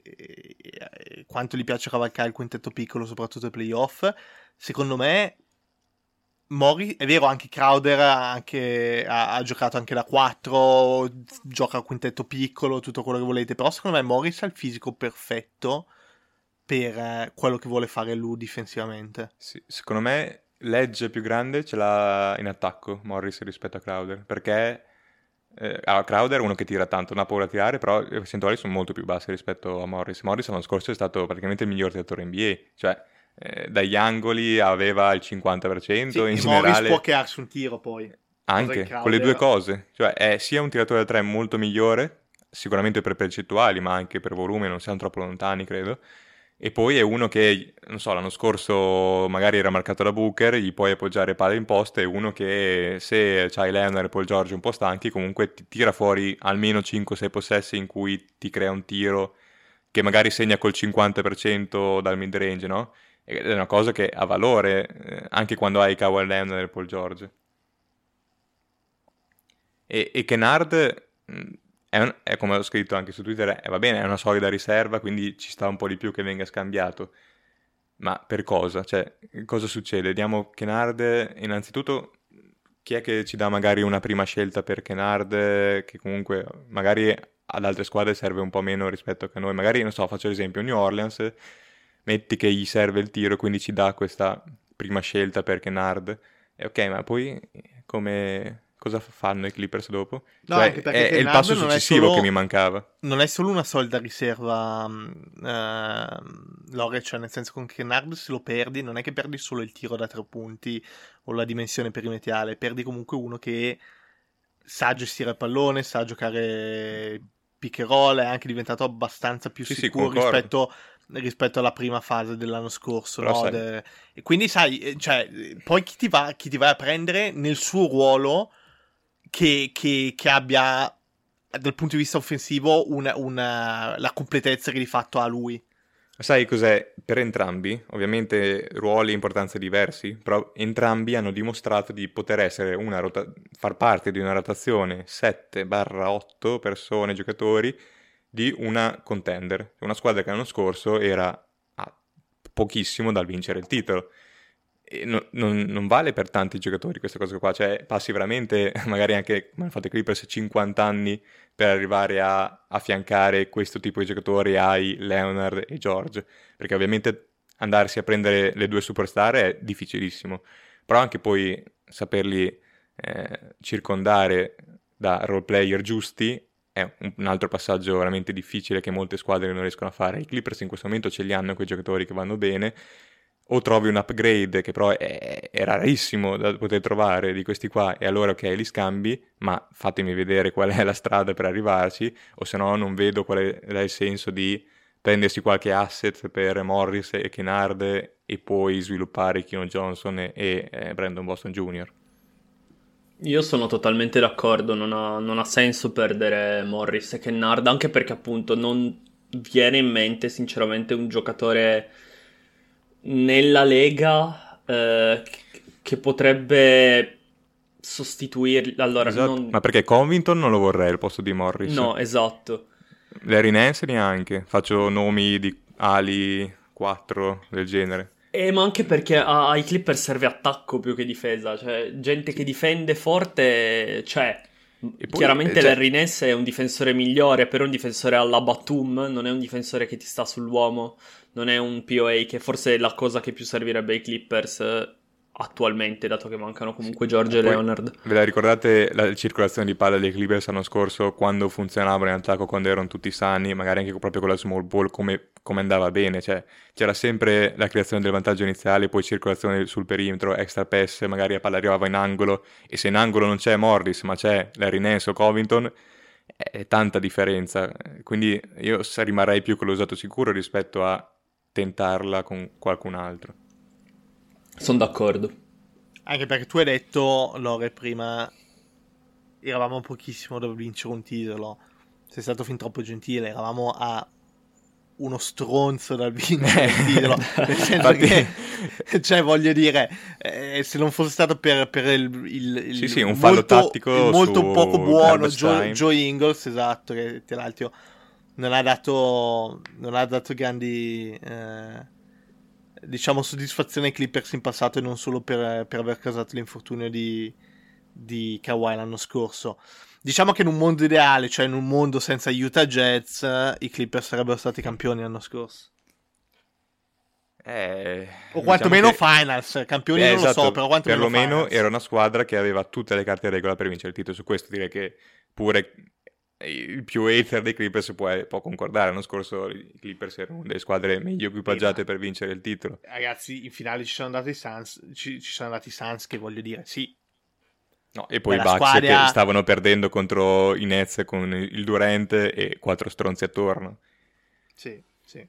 e quanto gli piace cavalcare il quintetto piccolo, soprattutto ai playoff, secondo me Morris, è vero, anche Crowder ha giocato anche da 4, gioca a quintetto piccolo, tutto quello che volete, però secondo me Morris ha il fisico perfetto per quello che vuole fare lui difensivamente. Sì, secondo me l'edge più grande ce l'ha in attacco Morris rispetto a Crowder, perché allora, Crowder è uno che tira tanto, non ha paura a tirare, però le percentuali sono molto più basse rispetto a Morris. Morris l'anno scorso è stato praticamente il miglior tiratore NBA, cioè dagli angoli aveva il 50%, Sì, in e generale Morris può crearsi un tiro poi. anche Crowder- quelle due cose, cioè è sia un tiratore da 3 molto migliore, sicuramente per percentuali, ma anche per volume, non siamo troppo lontani, credo. E poi è uno che, non so, l'anno scorso magari era marcato da Booker, gli puoi appoggiare palle in posta, è uno che se c'hai Leonard e Paul George un po' stanchi, comunque ti tira fuori almeno 5-6 possessi in cui ti crea un tiro che magari segna col 50% dal mid range, no? Ed è una cosa che ha valore anche quando hai Kawhi Leonard e Paul George. E Kennard è come ho scritto anche su Twitter, va bene, è una solida riserva, quindi ci sta un po' di più che venga scambiato. Ma per cosa? Cioè, cosa succede? Diamo Kennard, innanzitutto, chi è che ci dà magari una prima scelta per Kennard, che comunque magari ad altre squadre serve un po' meno rispetto che a noi? Magari, non so, faccio l'esempio, New Orleans, metti che gli serve il tiro, quindi ci dà questa prima scelta per Kennard. E ok, ma poi cosa fanno i Clippers dopo? No, Cioè, anche perché è il Kennard passo non è successivo solo- che mi mancava. Non è solo una solida riserva, Lore, cioè nel senso con Kennard se lo perdi non è che perdi solo il tiro da 3 punti o la dimensione perimetrale, perdi comunque uno che sa gestire il pallone, sa giocare pick and roll, è anche diventato abbastanza più Sì, sicuro concordo. rispetto alla prima fase dell'anno scorso, Però no? sai, E quindi sai, cioè, poi chi ti vai a prendere nel suo ruolo che abbia dal punto di vista offensivo la completezza che di fatto ha lui. sai cos'è? Per entrambi, ovviamente ruoli e importanze diversi, però entrambi hanno dimostrato di poter essere far parte di una rotazione 7/8 persone, giocatori, di una contender, una squadra che l'anno scorso era a pochissimo dal vincere il titolo. E non vale per tanti giocatori questa cosa qua, cioè passi veramente, magari anche, come hanno fatto i Clippers, 50 anni per arrivare a affiancare questo tipo di giocatori ai Leonard e George, perché ovviamente andarsi a prendere le due superstar è difficilissimo, però anche poi saperli circondare da role player giusti è un altro passaggio veramente difficile che molte squadre non riescono a fare. I Clippers in questo momento ce li hanno quei giocatori che vanno bene, o trovi un upgrade che però è rarissimo da poter trovare di questi qua, e allora ok, li scambi, ma fatemi vedere qual è la strada per arrivarci, o se no non vedo qual è il senso di prendersi qualche asset per Morris e Kennard e poi sviluppare Keon Johnson e Brandon Boston Jr. Io sono totalmente d'accordo, non ha senso perdere Morris e Kennard, anche perché appunto non viene in mente sinceramente un giocatore nella Lega che potrebbe sostituirli. Allora, Esatto. Ma perché Covington non lo vorrei al posto di Morris? No, esatto. Larry Nance neanche, faccio nomi di ali 4 del genere. Ma anche perché ai Clippers serve attacco più che difesa, cioè gente che difende forte c'è. E poi, Chiaramente cioè, Larry Nance è un difensore migliore, però è un difensore alla Batum, non è un difensore che ti sta sull'uomo, non è un POA, che forse è la cosa che più servirebbe ai Clippers attualmente, dato che mancano comunque George e poi, Leonard. ve la ricordate la circolazione di palla dei Clippers l'anno scorso, quando funzionavano in attacco, quando erano tutti sani, magari anche proprio con la small ball, come andava bene, cioè c'era sempre la creazione del vantaggio iniziale, poi circolazione sul perimetro, extra pass, magari la palla arrivava in angolo, e se in angolo non c'è Morris ma c'è Larry Nance o Covington, è tanta differenza. Quindi io rimarrei più con l'usato sicuro rispetto a tentarla con qualcun altro. Sono d'accordo. Anche perché tu hai detto, Lore, prima eravamo pochissimo da vincere un titolo. Sei stato fin troppo gentile, eravamo a uno stronzo dal vincere il titolo. Nel senso che, cioè, voglio dire, se non fosse stato per il sì, un fallo tattico molto su poco buono Hartenstein. Joe Ingles, esatto, che tra l'altro non ha dato grandi diciamo soddisfazione ai Clippers in passato, e non solo per aver causato l'infortunio di Kawhi l'anno scorso. Diciamo che in un mondo ideale, cioè in un mondo senza Utah Jazz, i Clippers sarebbero stati campioni l'anno scorso. O quantomeno diciamo Finals, campioni non esatto, lo so, però quantomeno perlomeno Finals. era una squadra che aveva tutte le carte in regola per vincere il titolo. Su questo direi che pure il più hater dei Clippers può concordare. L'anno scorso i Clippers erano una delle squadre meglio equipaggiate per vincere il titolo. Ragazzi, in finale ci sono andati i Suns, ci sono andati i Suns, che voglio dire, sì. No, e poi i Bella Bucks squadra. che stavano perdendo contro i Nets con il Durant e 4 stronzi attorno. Sì, sì.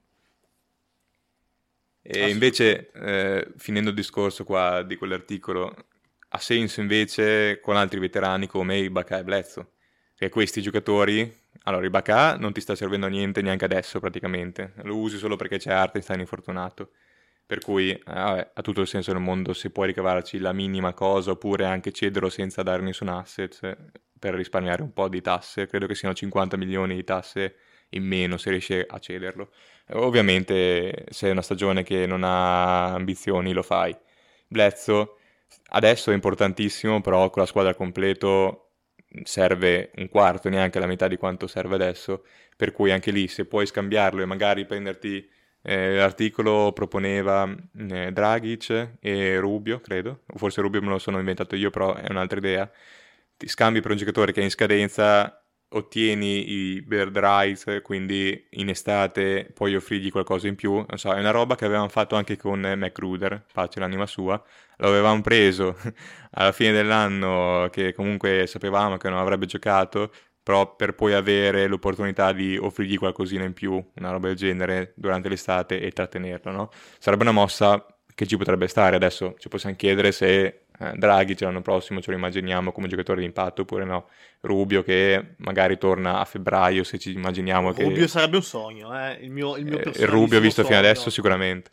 E invece, finendo il discorso qua di quell'articolo, ha senso invece con altri veterani come Ibaka e Bledsoe, che questi giocatori, allora Ibaka non ti sta servendo a niente neanche adesso praticamente, lo usi solo perché c'è Hartenstein infortunato, per cui vabbè, ha tutto il senso del mondo se puoi ricavarci la minima cosa, oppure anche cederlo senza dare nessun asset per risparmiare un po' di tasse. Credo che siano 50 milioni di tasse in meno se riesci a cederlo. Ovviamente se è una stagione che non ha ambizioni lo fai. Bledsoe adesso è importantissimo, però con la squadra al completo serve un quarto, neanche la metà di quanto serve adesso, per cui anche lì se puoi scambiarlo e magari prenderti l'articolo proponeva Dragic e Rubio, credo, o forse Rubio me lo sono inventato io, però è un'altra idea. Ti scambi per un giocatore che è in scadenza, ottieni i bird rights, quindi in estate puoi offrirgli qualcosa in più. Non so, è una roba che avevamo fatto anche con McGruder, pace l'anima sua. Lo avevamo preso alla fine dell'anno, che comunque sapevamo che non avrebbe giocato, però per poi avere l'opportunità di offrirgì qualcosina in più, una roba del genere, durante l'estate e trattenerlo, no? Sarebbe una mossa che ci potrebbe stare. Adesso ci possiamo chiedere se Draghi l'anno prossimo ce lo immaginiamo come giocatore di impatto oppure no. Rubio che magari torna a febbraio, se ci immaginiamo che... Rubio sarebbe un sogno, il mio il personalissimo Rubio visto fino sogno. adesso sicuramente.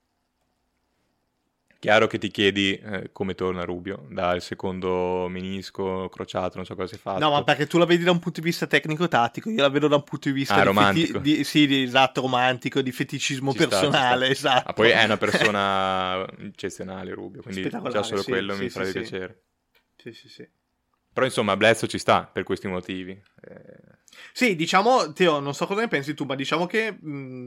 Chiaro che ti chiedi come torna Rubio dal secondo menisco crociato, non so cosa si è fatto. No, ma perché tu la vedi da un punto di vista tecnico-tattico, io la vedo da un punto di vista romantico. Esatto, romantico, di feticismo Ci sta, personale, ci sta. esatto. Ma poi è una persona eccezionale Rubio, quindi già solo sì, quello sì, mi sì, farebbe sì. piacere. Sì. Però insomma Bledsoe ci sta per questi motivi. Sì, diciamo, Teo, non so cosa ne pensi tu, ma diciamo che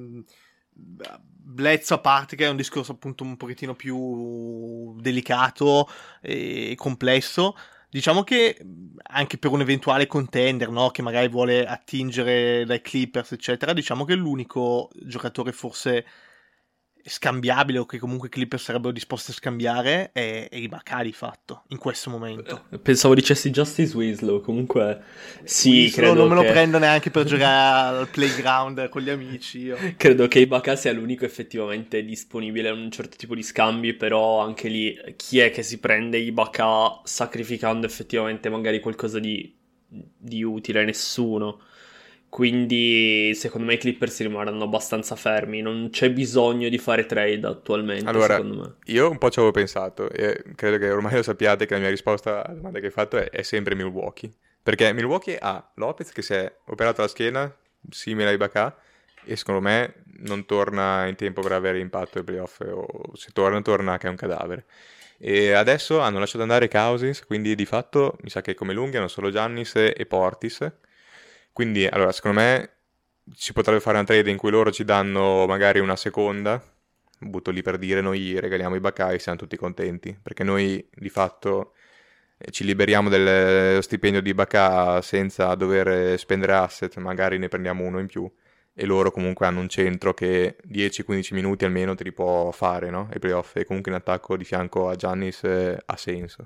Bledsoe, a parte che è un discorso appunto un pochettino più delicato e complesso, diciamo che anche per un eventuale contender, no, che magari vuole attingere dai Clippers eccetera, diciamo che l'unico giocatore forse scambiabile o che comunque i Clippers sarebbero disposti a scambiare è Ibaka di fatto in questo momento. Pensavo dicessi Justice Winslow, comunque sì, credo non me lo che... prendo neanche per giocare al playground con gli amici io. Credo che Ibaka sia l'unico effettivamente disponibile a un certo tipo di scambi, però anche lì chi è che si prende Ibaka sacrificando effettivamente magari qualcosa di utile? Nessuno. Quindi secondo me i Clippers rimarranno abbastanza fermi, non c'è bisogno di fare trade attualmente, Allora, secondo me. io un po' ci avevo pensato e credo che ormai lo sappiate che la mia risposta alla domanda che hai fatto è sempre Milwaukee. Perché Milwaukee ha Lopez che si è operato la schiena, simile a Ibaka, e secondo me non torna in tempo per avere impatto ai playoff, o se torna che è un cadavere. E adesso hanno lasciato andare Cousins, quindi di fatto mi sa che come lunghi hanno solo Giannis e Portis. Quindi, allora, secondo me si potrebbe fare una trade in cui loro ci danno magari una seconda, butto lì per dire, noi regaliamo i Ibaka e siamo tutti contenti, perché noi di fatto ci liberiamo dello stipendio di Ibaka senza dover spendere asset, magari ne prendiamo uno in più, e loro comunque hanno un centro che 10-15 minuti almeno te li può fare, no? Ai playoff, e comunque in attacco di fianco a Giannis ha senso.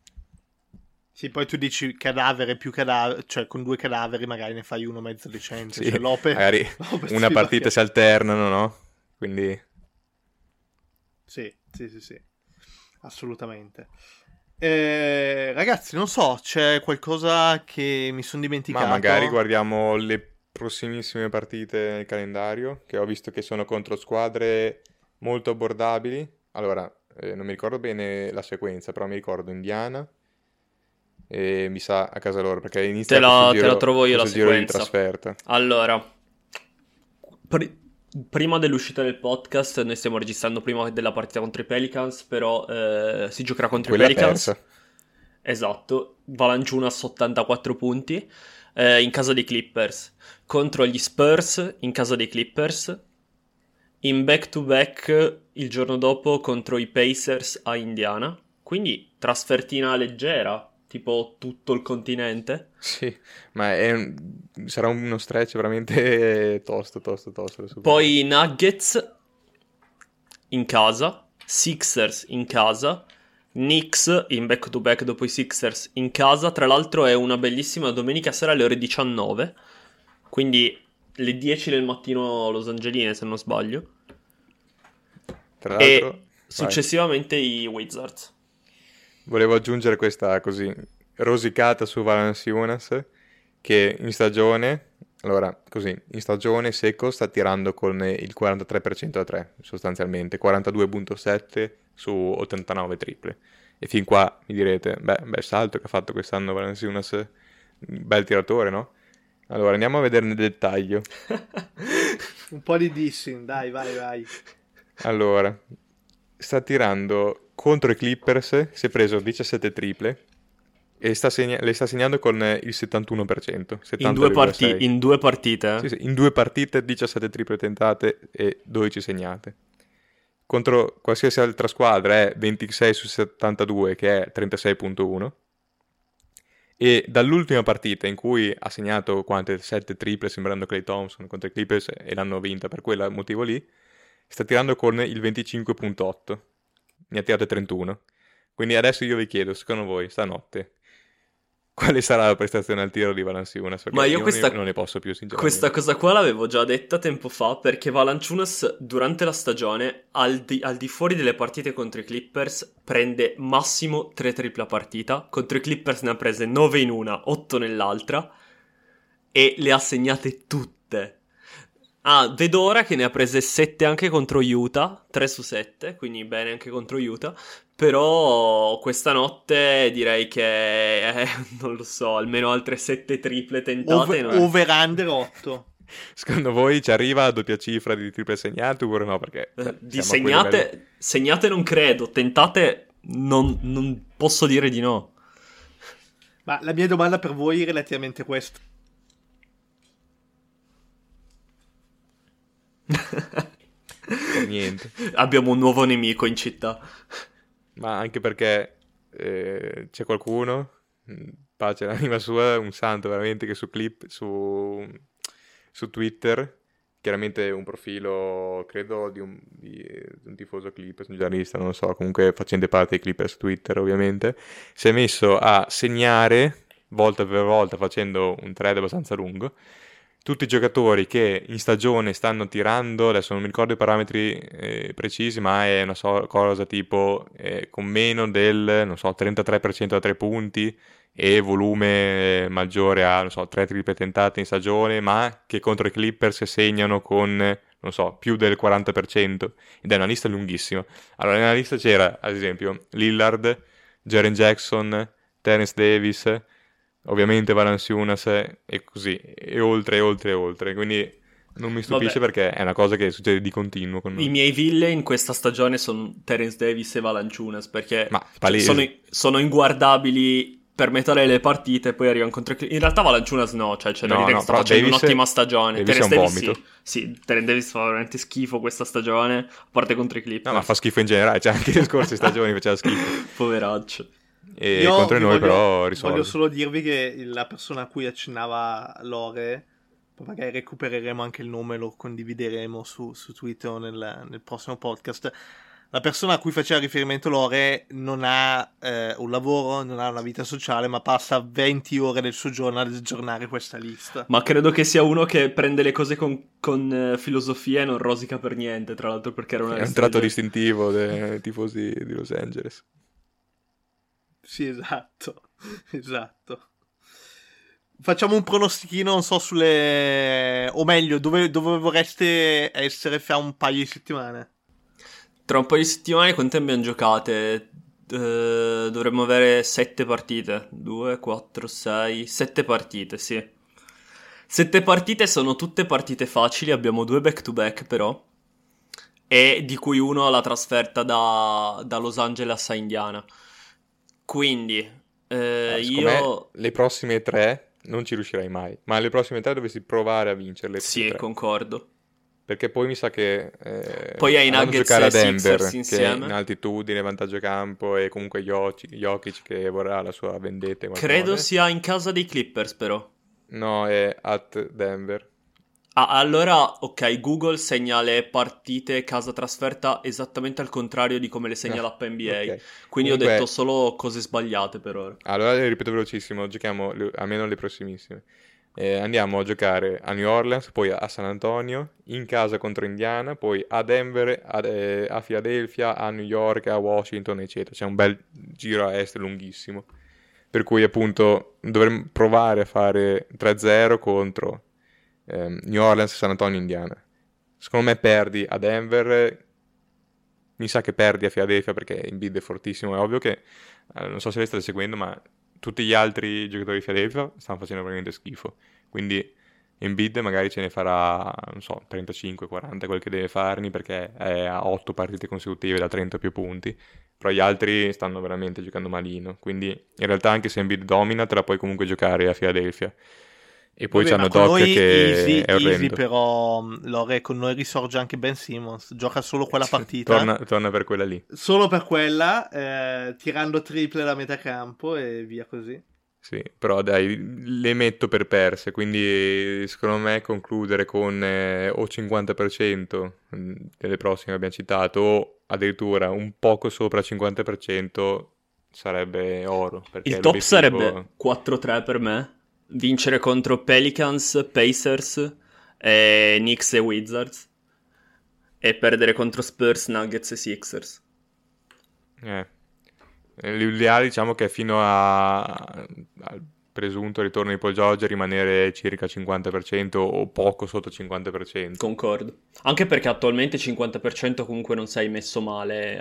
Sì, poi tu dici cadavere più cadavere, cioè con due cadaveri magari ne fai uno mezzo decente. Sì, cioè Lopez, magari Lopez una sì, partita perché... si alternano, no? Quindi... Sì, assolutamente. Ragazzi, non so, c'è qualcosa che mi sono dimenticato? Ma magari guardiamo le prossimissime partite nel calendario, che ho visto che sono contro squadre molto abbordabili. Allora, non mi ricordo bene la sequenza, però mi ricordo Indiana e mi sa a casa loro, perché inizia Te la trovo io la questo giro di sequenza. trasferta. Allora, prima dell'uscita del podcast, noi stiamo registrando prima della partita contro i Pelicans, però si giocherà contro Quella i Pelicans. persa. Esatto, Valanciunas 84 punti in casa dei Clippers, contro gli Spurs in casa dei Clippers, in back-to-back il giorno dopo contro i Pacers a Indiana, quindi trasfertina leggera, tipo tutto il continente. Sì, ma sarà uno stretch veramente tosto. Poi Nuggets in casa, Sixers in casa, Knicks in back-to-back dopo i Sixers in casa. Tra l'altro è una bellissima domenica sera alle ore 19, quindi le 10 del mattino Los Angeline se non sbaglio. Tra l'altro, E successivamente i Wizards. volevo aggiungere questa così rosicata su Valanciunas, che in stagione, allora così, in stagione secco sta tirando con il 43% da 3, sostanzialmente, 42.7 su 89 triple. E fin qua mi direte, bel salto che ha fatto quest'anno Valanciunas, bel tiratore, no? Allora andiamo a vedere nel dettaglio. Un po' di dissing, dai, vai. Allora, sta tirando contro i Clippers, si è preso 17 triple e le sta segnando con il 71%. In due partite. Sì, in 2 partite 17 triple tentate e 12 segnate. Contro qualsiasi altra squadra è 26 su 72, che è 36.1. E dall'ultima partita in cui ha segnato 7 triple, sembrando Klay Thompson contro i Clippers, e l'hanno vinta per quel motivo lì, sta tirando con il 25.8, ne ha tirate 31. Quindi adesso io vi chiedo, secondo voi, stanotte, quale sarà la prestazione al tiro di Valanciunas? Perché Ma io non ne posso più, sinceramente. Questa cosa qua l'avevo già detta tempo fa, perché Valanciunas durante la stagione, al di fuori delle partite contro i Clippers, prende massimo 3 triple a partita. Contro i Clippers ne ha prese 9 in una, 8 nell'altra, e le ha segnate tutte. Vedo ora che ne ha prese 7 anche contro Utah, 3 su 7, quindi bene anche contro Utah. Però questa notte direi che, non lo so, almeno altre 7 triple tentate. Over-under 8. Secondo voi ci arriva a doppia cifra di triple segnate oppure no? Perché di segnate non credo, tentate non posso dire di no. Ma la mia domanda per voi è relativamente questa. Niente. Abbiamo un nuovo nemico in città. Ma anche perché c'è qualcuno, pace all'anima sua, un santo veramente, che su Twitter, chiaramente un profilo, credo, di un tifoso Clippers, un giornalista, non lo so, comunque facente parte dei Clippers su Twitter ovviamente, si è messo a segnare, volta per volta, facendo un thread abbastanza lungo, tutti i giocatori che in stagione stanno tirando, adesso non mi ricordo i parametri precisi, ma è una cosa tipo con meno del, non so, 33% da 3 punti e volume maggiore a, non so, 3 triple tentate in stagione, ma che contro i Clippers segnano con, non so, più del 40%, ed è una lista lunghissima. Allora, nella lista c'era, ad esempio, Lillard, Jaren Jackson, Terence Davis, ovviamente Valanciunas e così, e oltre, quindi non mi stupisce. Vabbè, perché è una cosa che succede di continuo con noi. I miei ville in questa stagione sono Terence Davis e Valanciunas, perché Ma palese. sono inguardabili per metà delle partite, poi arrivano contro i... In realtà Valanciunas no, cioè c'è da dire che sta facendo un'ottima stagione. Davis è un vomito. Sì, Terence Davis fa veramente schifo questa stagione, a parte contro i Clippers. No, ma fa schifo in generale, cioè anche le scorse stagioni faceva schifo. Poveraccio. E contro noi però risolve. Voglio solo dirvi che la persona a cui accennava Lore, poi magari recupereremo anche il nome e lo condivideremo su Twitter o nel prossimo podcast. La persona a cui faceva riferimento Lore non ha un lavoro, non ha una vita sociale, ma passa 20 ore del suo giorno ad aggiornare questa lista. Ma credo che sia uno che prende le cose con filosofia e non rosica per niente, tra l'altro, perché era una È un tratto distintivo dei tifosi di Los Angeles. Sì, esatto. Facciamo un pronostichino, non so, sulle... O meglio, dove vorreste essere fra un paio di settimane? Tra un paio di settimane quante abbiamo giocate? Dovremmo avere 7 partite. 2, 4, 6... 7 partite, sì. 7 partite sono tutte partite facili, abbiamo 2 back-to-back però. E di cui uno la trasferta da Los Angeles a Indiana. Quindi io... le prossime 3 non ci riuscirai mai, ma le prossime 3 dovresti provare a vincerle. Sì, 3. Concordo. Perché poi mi sa che poi hai Nuggets giocare a e Denver, Sixers insieme, che è in altitudine, vantaggio campo, e comunque Jokic che vorrà la sua vendetta. Credo sia in casa dei Clippers però. No, è at Denver. Allora, ok, Google segna le partite casa trasferta esattamente al contrario di come le segna l'app NBA. Okay. Quindi Comunque, ho detto solo cose sbagliate per ora. Allora le ripeto velocissimo, giochiamo almeno le prossimissime. Andiamo a giocare a New Orleans, poi a San Antonio, in casa contro Indiana, poi a Denver, a Philadelphia, a New York, a Washington, eccetera. C'è un bel giro a est lunghissimo. Per cui appunto dovremmo provare a fare 3-0 contro New Orleans, San Antonio, Indiana. Secondo me perdi a Denver, mi sa che perdi a Philadelphia perché Embiid è fortissimo. È ovvio che non so se le state seguendo, ma tutti gli altri giocatori di Philadelphia stanno facendo veramente schifo, quindi Embiid magari ce ne farà, non so, 35-40 quel che deve farne, perché è a 8 partite consecutive da 30 più punti, però gli altri stanno veramente giocando malino, quindi in realtà anche se Embiid domina te la puoi comunque giocare a Philadelphia. E poi c'hanno Doc che è orrendo. Easy, però Lore, con noi risorge anche Ben Simmons, gioca solo quella partita. Torna per quella lì. Solo per quella, tirando triple da metà campo e via così. Sì, però dai, le metto per perse, quindi secondo me concludere con o 50% delle prossime che abbiamo citato o addirittura un poco sopra il 50% sarebbe oro, perché Il top l'obiettivo... sarebbe 4-3 per me. Vincere contro Pelicans, Pacers, Knicks e Wizards. E perdere contro Spurs, Nuggets e Sixers. L'ideale diciamo che fino al presunto ritorno di Paul George rimanere circa 50% o poco sotto il 50%. Concordo. Anche perché attualmente 50% comunque non sei messo male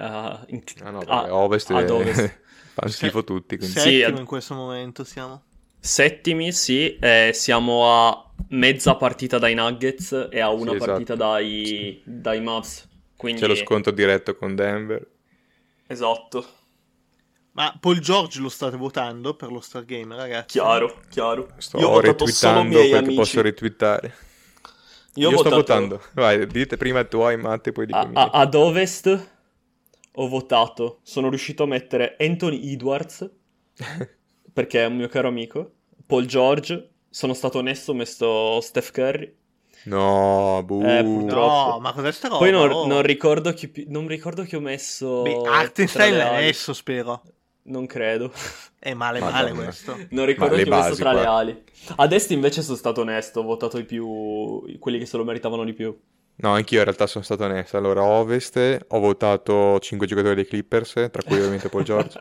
Ovest ad Ovest. fanno schifo tutti. Quindi. Settimo in questo momento siamo. Settimi, sì. Siamo a mezza partita dai Nuggets e a una partita dai Mavs. Quindi... C'è lo sconto diretto con Denver. Esatto. Ma Paul George lo state votando per lo Stargame, ragazzi? Chiaro. Sto retweetando quel che posso retweetare. Io sto votando. Vai, dite prima i tuoi, Matte, poi dico i miei. Ad Ovest ho votato. Sono riuscito a mettere Anthony Edwards, perché è un mio caro amico. Paul George. Sono stato onesto, ho messo Steph Curry. No, purtroppo. No, ma cos'è sta roba? Poi non ricordo chi ho messo. Hartenstein l'hai messo, spero. Non credo. È male questo. Non ricordo chi ho messo tra le ali. Ad est invece sono stato onesto, ho votato quelli che se lo meritavano di più. No, anch'io in realtà sono stato onesto. Allora, a Ovest ho votato 5 giocatori dei Clippers, tra cui ovviamente Paul George.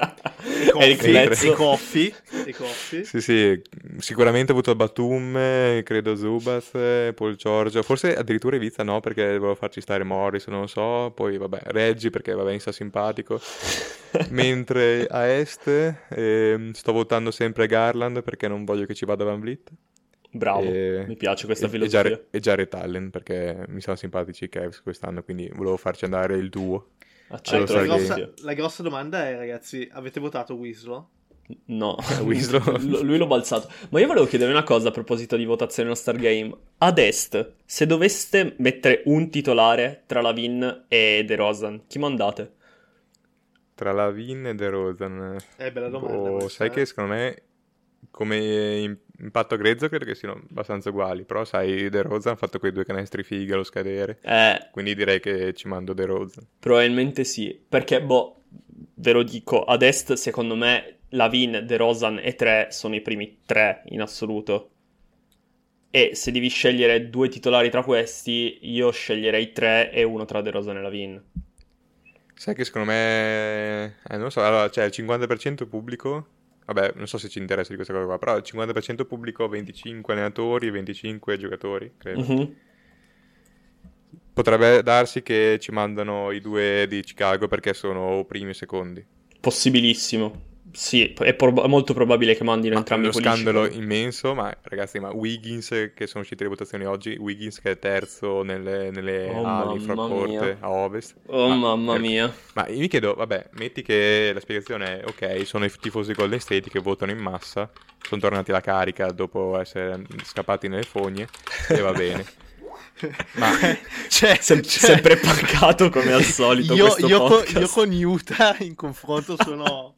I Coffee. Sì, sicuramente ho avuto Batum, credo Zubac, Paul George, forse addirittura Ivica no, perché volevo farci stare Morris, non lo so, poi vabbè, Reggie perché vabbè, mi sta simpatico. Mentre a Est sto votando sempre Garland perché non voglio che ci vada Van Vliet. Bravo, mi piace questa filosofia. E Jared Allen perché mi sono simpatici i Cavs quest'anno, quindi volevo farci andare il duo. La grossa domanda è, ragazzi, avete votato Winslow? No, lui l'ho balzato. Ma io volevo chiedere una cosa a proposito di votazione allo Stargame. Ad est, se doveste mettere un titolare tra Lavin e DeRozan, chi mandate? Tra Lavin e DeRozan? Bella domanda. Sai che secondo me come impatto grezzo credo che siano abbastanza uguali, però sai DeRozan ha fatto quei 2 canestri fighi allo scadere, quindi direi che ci mando DeRozan. Probabilmente sì, perché ve lo dico, ad est secondo me Lavin, DeRozan e 3 sono i primi 3 in assoluto, e se devi scegliere 2 titolari tra questi io sceglierei 3 e uno tra DeRozan e Lavin. Sai che secondo me non so, allora c'è il 50% pubblico. Vabbè, non so se ci interessa di questa cosa qua, però il 50% pubblico, 25 allenatori, 25 giocatori, credo. Mm-hmm. Potrebbe darsi che ci mandano i 2 di Chicago perché sono primi e secondi. Possibilissimo. Sì, è molto probabile che mandino entrambi quelli. È uno scandalo immenso, ma ragazzi, ma Wiggins, che sono uscite le votazioni oggi, Wiggins che è terzo nelle ali, frontcourt a Ovest. Mamma mia. Ma io mi chiedo, vabbè, metti che la spiegazione è, ok, sono i tifosi Golden State che votano in massa, sono tornati alla carica dopo essere scappati nelle fogne, e va bene. Ma sempre paccato come al solito io con Utah in confronto sono...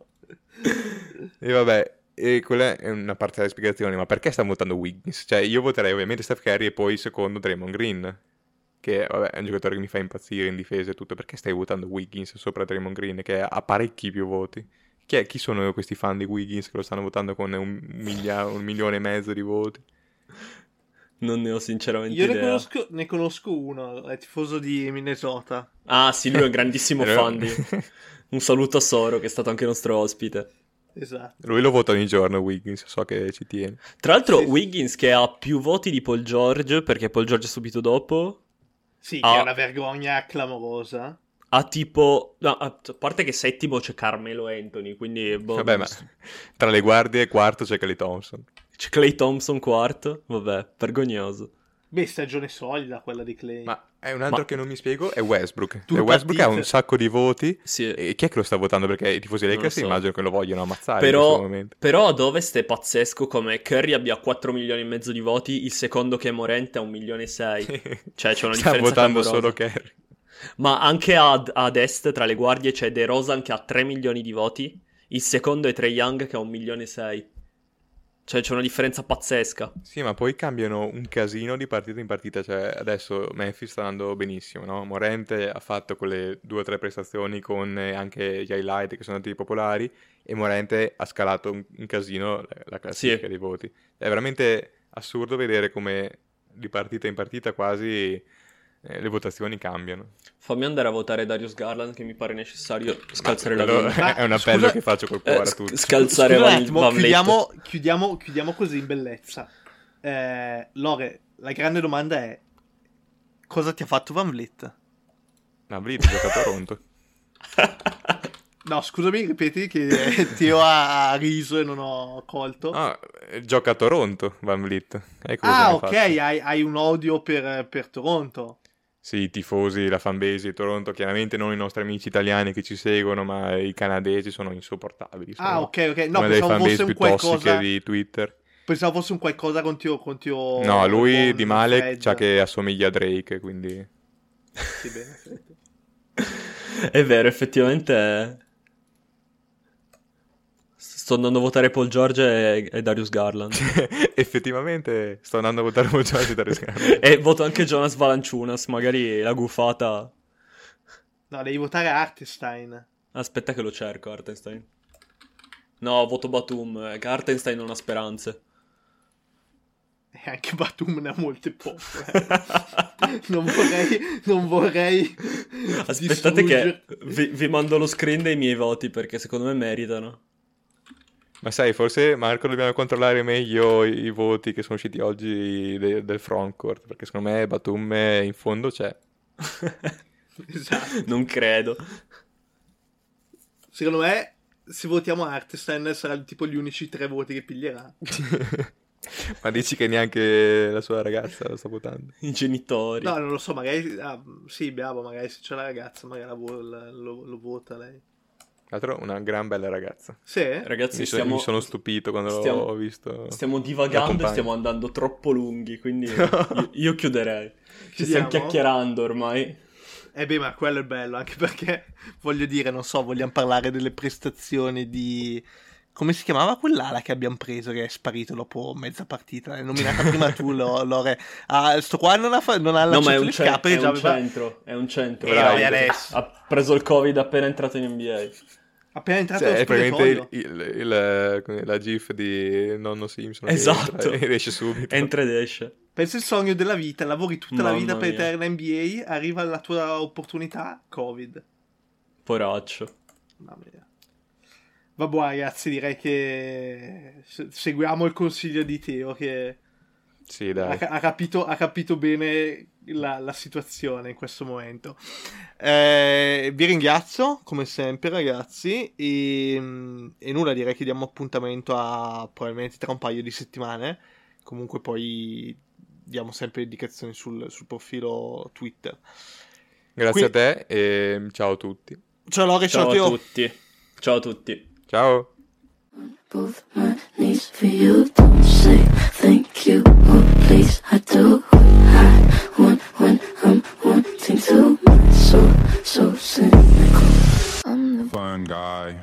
E vabbè, e quella è una parte della spiegazione, ma perché stanno votando Wiggins? Cioè io voterei ovviamente Steph Curry e poi secondo Draymond Green, che vabbè è un giocatore che mi fa impazzire in difesa e tutto. Perché stai votando Wiggins sopra Draymond Green che ha parecchi più voti? Chi sono questi fan di Wiggins che lo stanno votando con 1,5 milioni di voti? Non ne ho sinceramente idea. Io ne conosco uno, è tifoso di Minnesota. Ah sì, lui è un grandissimo fan di... Un saluto a Soro, che è stato anche nostro ospite. Esatto. Lui lo vota ogni giorno, Wiggins, so che ci tiene. Tra l'altro Wiggins che ha più voti di Paul George, perché Paul George è subito dopo. Sì, che è una vergogna clamorosa. Ha tipo... No, a parte che settimo c'è Carmelo Anthony, quindi... Vabbè, ma tra le guardie quarto c'è Klay Thompson. C'è Klay Thompson quarto, vabbè, vergognoso. Beh, stagione solida quella di Klay. Ma è un altro che non mi spiego, è Westbrook. Westbrook ha un sacco di voti. Sì. E chi è che lo sta votando? Perché i tifosi Lakers immagino che lo vogliono ammazzare in questo momento. Però ad Ovest è pazzesco come Curry abbia 4 milioni e mezzo di voti, il secondo che è Morant ha 1,6 milioni. Cioè c'è una differenza sta votando clamorosa. solo Curry. Ma anche ad est, tra le guardie, c'è DeRozan che ha 3 milioni di voti, il secondo è Trae Young che ha 1,6 milioni. Cioè c'è una differenza pazzesca. Sì, ma poi cambiano un casino di partita in partita, cioè adesso Memphis sta andando benissimo, no? Morant ha fatto quelle 2 o 3 prestazioni con anche gli highlight che sono andati popolari e Morant ha scalato un casino la classifica dei voti. È veramente assurdo vedere come di partita in partita quasi le votazioni cambiano. Fammi andare a votare Darius Garland, che mi pare necessario scalzare la Quello vita. è un appello che faccio col cuore a tutti. Scalzare Scusa un Van attimo, Vliet. chiudiamo così in bellezza. Lore, la grande domanda è: cosa ti ha fatto Van Vliet? Van Vliet ha giocato a Toronto. No, scusami, ripeti che Teo ha riso e non ho colto. Ah, gioca a Toronto, Van Vliet. Ecco Ok, hai un odio per Toronto. Sì, i tifosi, la fanbase di Toronto, chiaramente non i nostri amici italiani che ci seguono, ma i canadesi sono insopportabili. Sono Ok. No, una delle pensavo fanbase fosse un più tossiche qualcosa. di Twitter. Pensavo fosse un qualcosa con Teo. No, lui con di male Fred. c'ha che assomiglia a Drake, quindi... Sì, bene. È vero, effettivamente. Sto andando a votare Paul George e Darius Garland. Effettivamente sto andando a votare Paul George da riscaldare. E voto anche Jonas Valanciunas, magari la gufata. No, devi votare Hartenstein. Aspetta che lo cerco, Hartenstein. No, voto Batum, che Hartenstein non ha speranze. E anche Batum ne ha molte poche. Non vorrei Aspettate che distruggere. vi mando lo screen dei miei voti, perché secondo me meritano. Ma sai, forse Marco dobbiamo controllare meglio i voti che sono usciti oggi del frontcourt, perché secondo me Batum in fondo c'è. Esatto. Non credo. Secondo me, se votiamo Hartenstein saranno tipo gli unici 3 voti che piglierà. Ma dici che neanche la sua ragazza lo sta votando? I genitori. No, non lo so, magari... sì, bravo, magari se c'è la ragazza, magari lo vota lei. Tra l'altro una gran bella ragazza. Sì? Ragazzi, Mi sono stupito quando l'ho visto. Stiamo la divagando e compagna. stiamo andando troppo lunghi, quindi io chiuderei. Ci Chiudiamo? stiamo chiacchierando ormai. Beh, ma quello è bello, anche perché, voglio dire, non so, vogliamo parlare delle prestazioni di... Come si chiamava quell'ala che abbiamo preso che è sparito dopo mezza partita? L'hai nominata prima tu, Lore. Sto qua non ha No, ma è lanciato un, le scarpe che già aveva... centro. È un centro. Vai, adesso. Ha preso il Covid appena entrato in NBA. Appena entrato Cioè, allo è spogliatoio. praticamente la gif di nonno Simpson. Che Esatto. entra ed esce subito. Entra ed esce. Pensa il sogno della vita, lavori tutta la Mamma vita per mia. tenere NBA, arriva la tua opportunità, Covid. Poraccio. Mamma mia. Vabbè ragazzi, direi che seguiamo il consiglio di Teo che Sì, dai. ha capito bene la situazione in questo momento. Vi ringrazio come sempre ragazzi e nulla, direi che diamo appuntamento a probabilmente tra un paio di settimane. Comunque poi diamo sempre indicazioni sul profilo Twitter. Grazie a te e ciao a tutti. Ciao Lore, ciao Ciao a Teo. tutti. Ciao a tutti. Ciao. Both my knees for you. Don't say thank you, or please. I do what I want when I'm wanting to. So cynical. I'm the Fun guy.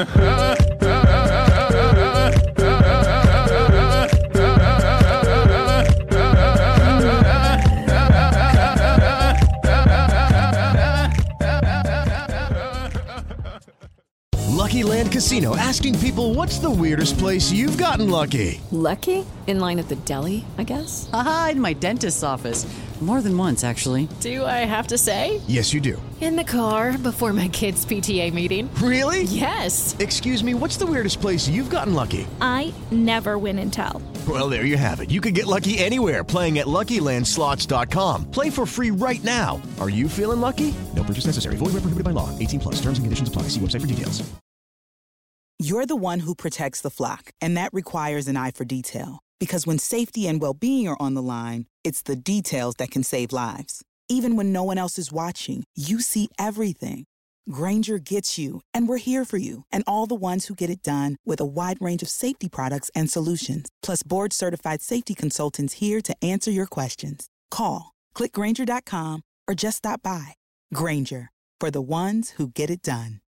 Lucky Land Casino, asking people, what's the weirdest place you've gotten lucky? Lucky? In line at the deli, I guess? Aha, in my dentist's office. More than once, actually. Do I have to say? Yes, you do. In the car before my kids' PTA meeting. Really? Yes. Excuse me, what's the weirdest place you've gotten lucky? I never win and tell. Well, there you have it. You can get lucky anywhere, playing at LuckyLandSlots.com. Play for free right now. Are you feeling lucky? No purchase necessary. Void where prohibited by law. 18+. Terms and conditions apply. See website for details. You're the one who protects the flock, and that requires an eye for detail. Because when safety and well-being are on the line, it's the details that can save lives. Even when no one else is watching, you see everything. Grainger gets you, and we're here for you, and all the ones who get it done with a wide range of safety products and solutions, plus board-certified safety consultants here to answer your questions. Call, click Grainger.com, or just stop by. Grainger, for the ones who get it done.